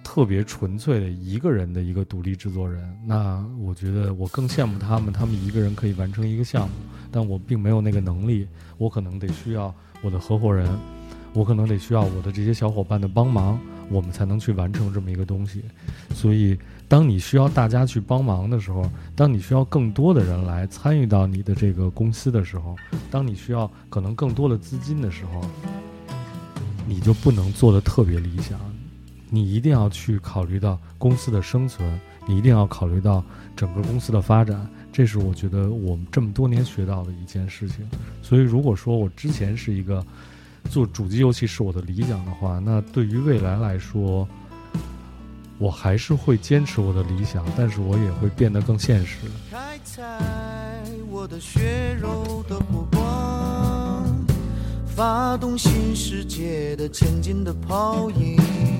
特别纯粹的一个人的一个独立制作人，那我觉得我更羡慕他们，他们一个人可以完成一个项目，但我并没有那个能力，我可能得需要我的合伙人，我可能得需要我的这些小伙伴的帮忙，我们才能去完成这么一个东西。所以当你需要大家去帮忙的时候，当你需要更多的人来参与到你的这个公司的时候，当你需要可能更多的资金的时候，你就不能做得特别理想，你一定要去考虑到公司的生存，你一定要考虑到整个公司的发展，这是我觉得我们这么多年学到的一件事情。所以如果说我之前是一个做主机游戏是我的理想的话，那对于未来来说，我还是会坚持我的理想，但是我也会变得更现实。 开采我的血肉的火光，发动新世界的前进的泡影，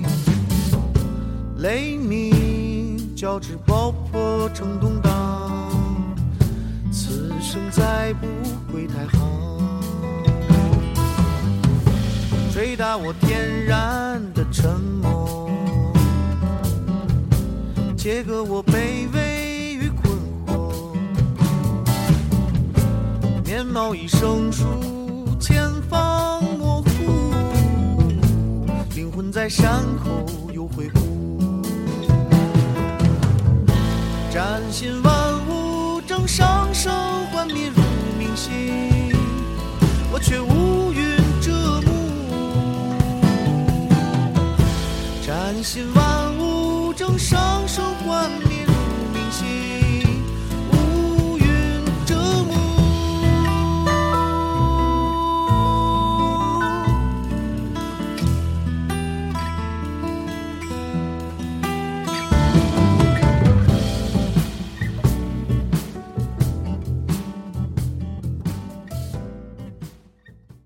雷鸣交织爆破成动荡，此生再不回太行，吹打我天然的沉默，切割我卑微与困惑，面貌已生疏，前方模糊，灵魂在山口又回顾，崭新万物正上升，幻灭如明星，我却乌云遮目，崭新万物正上升，幻灭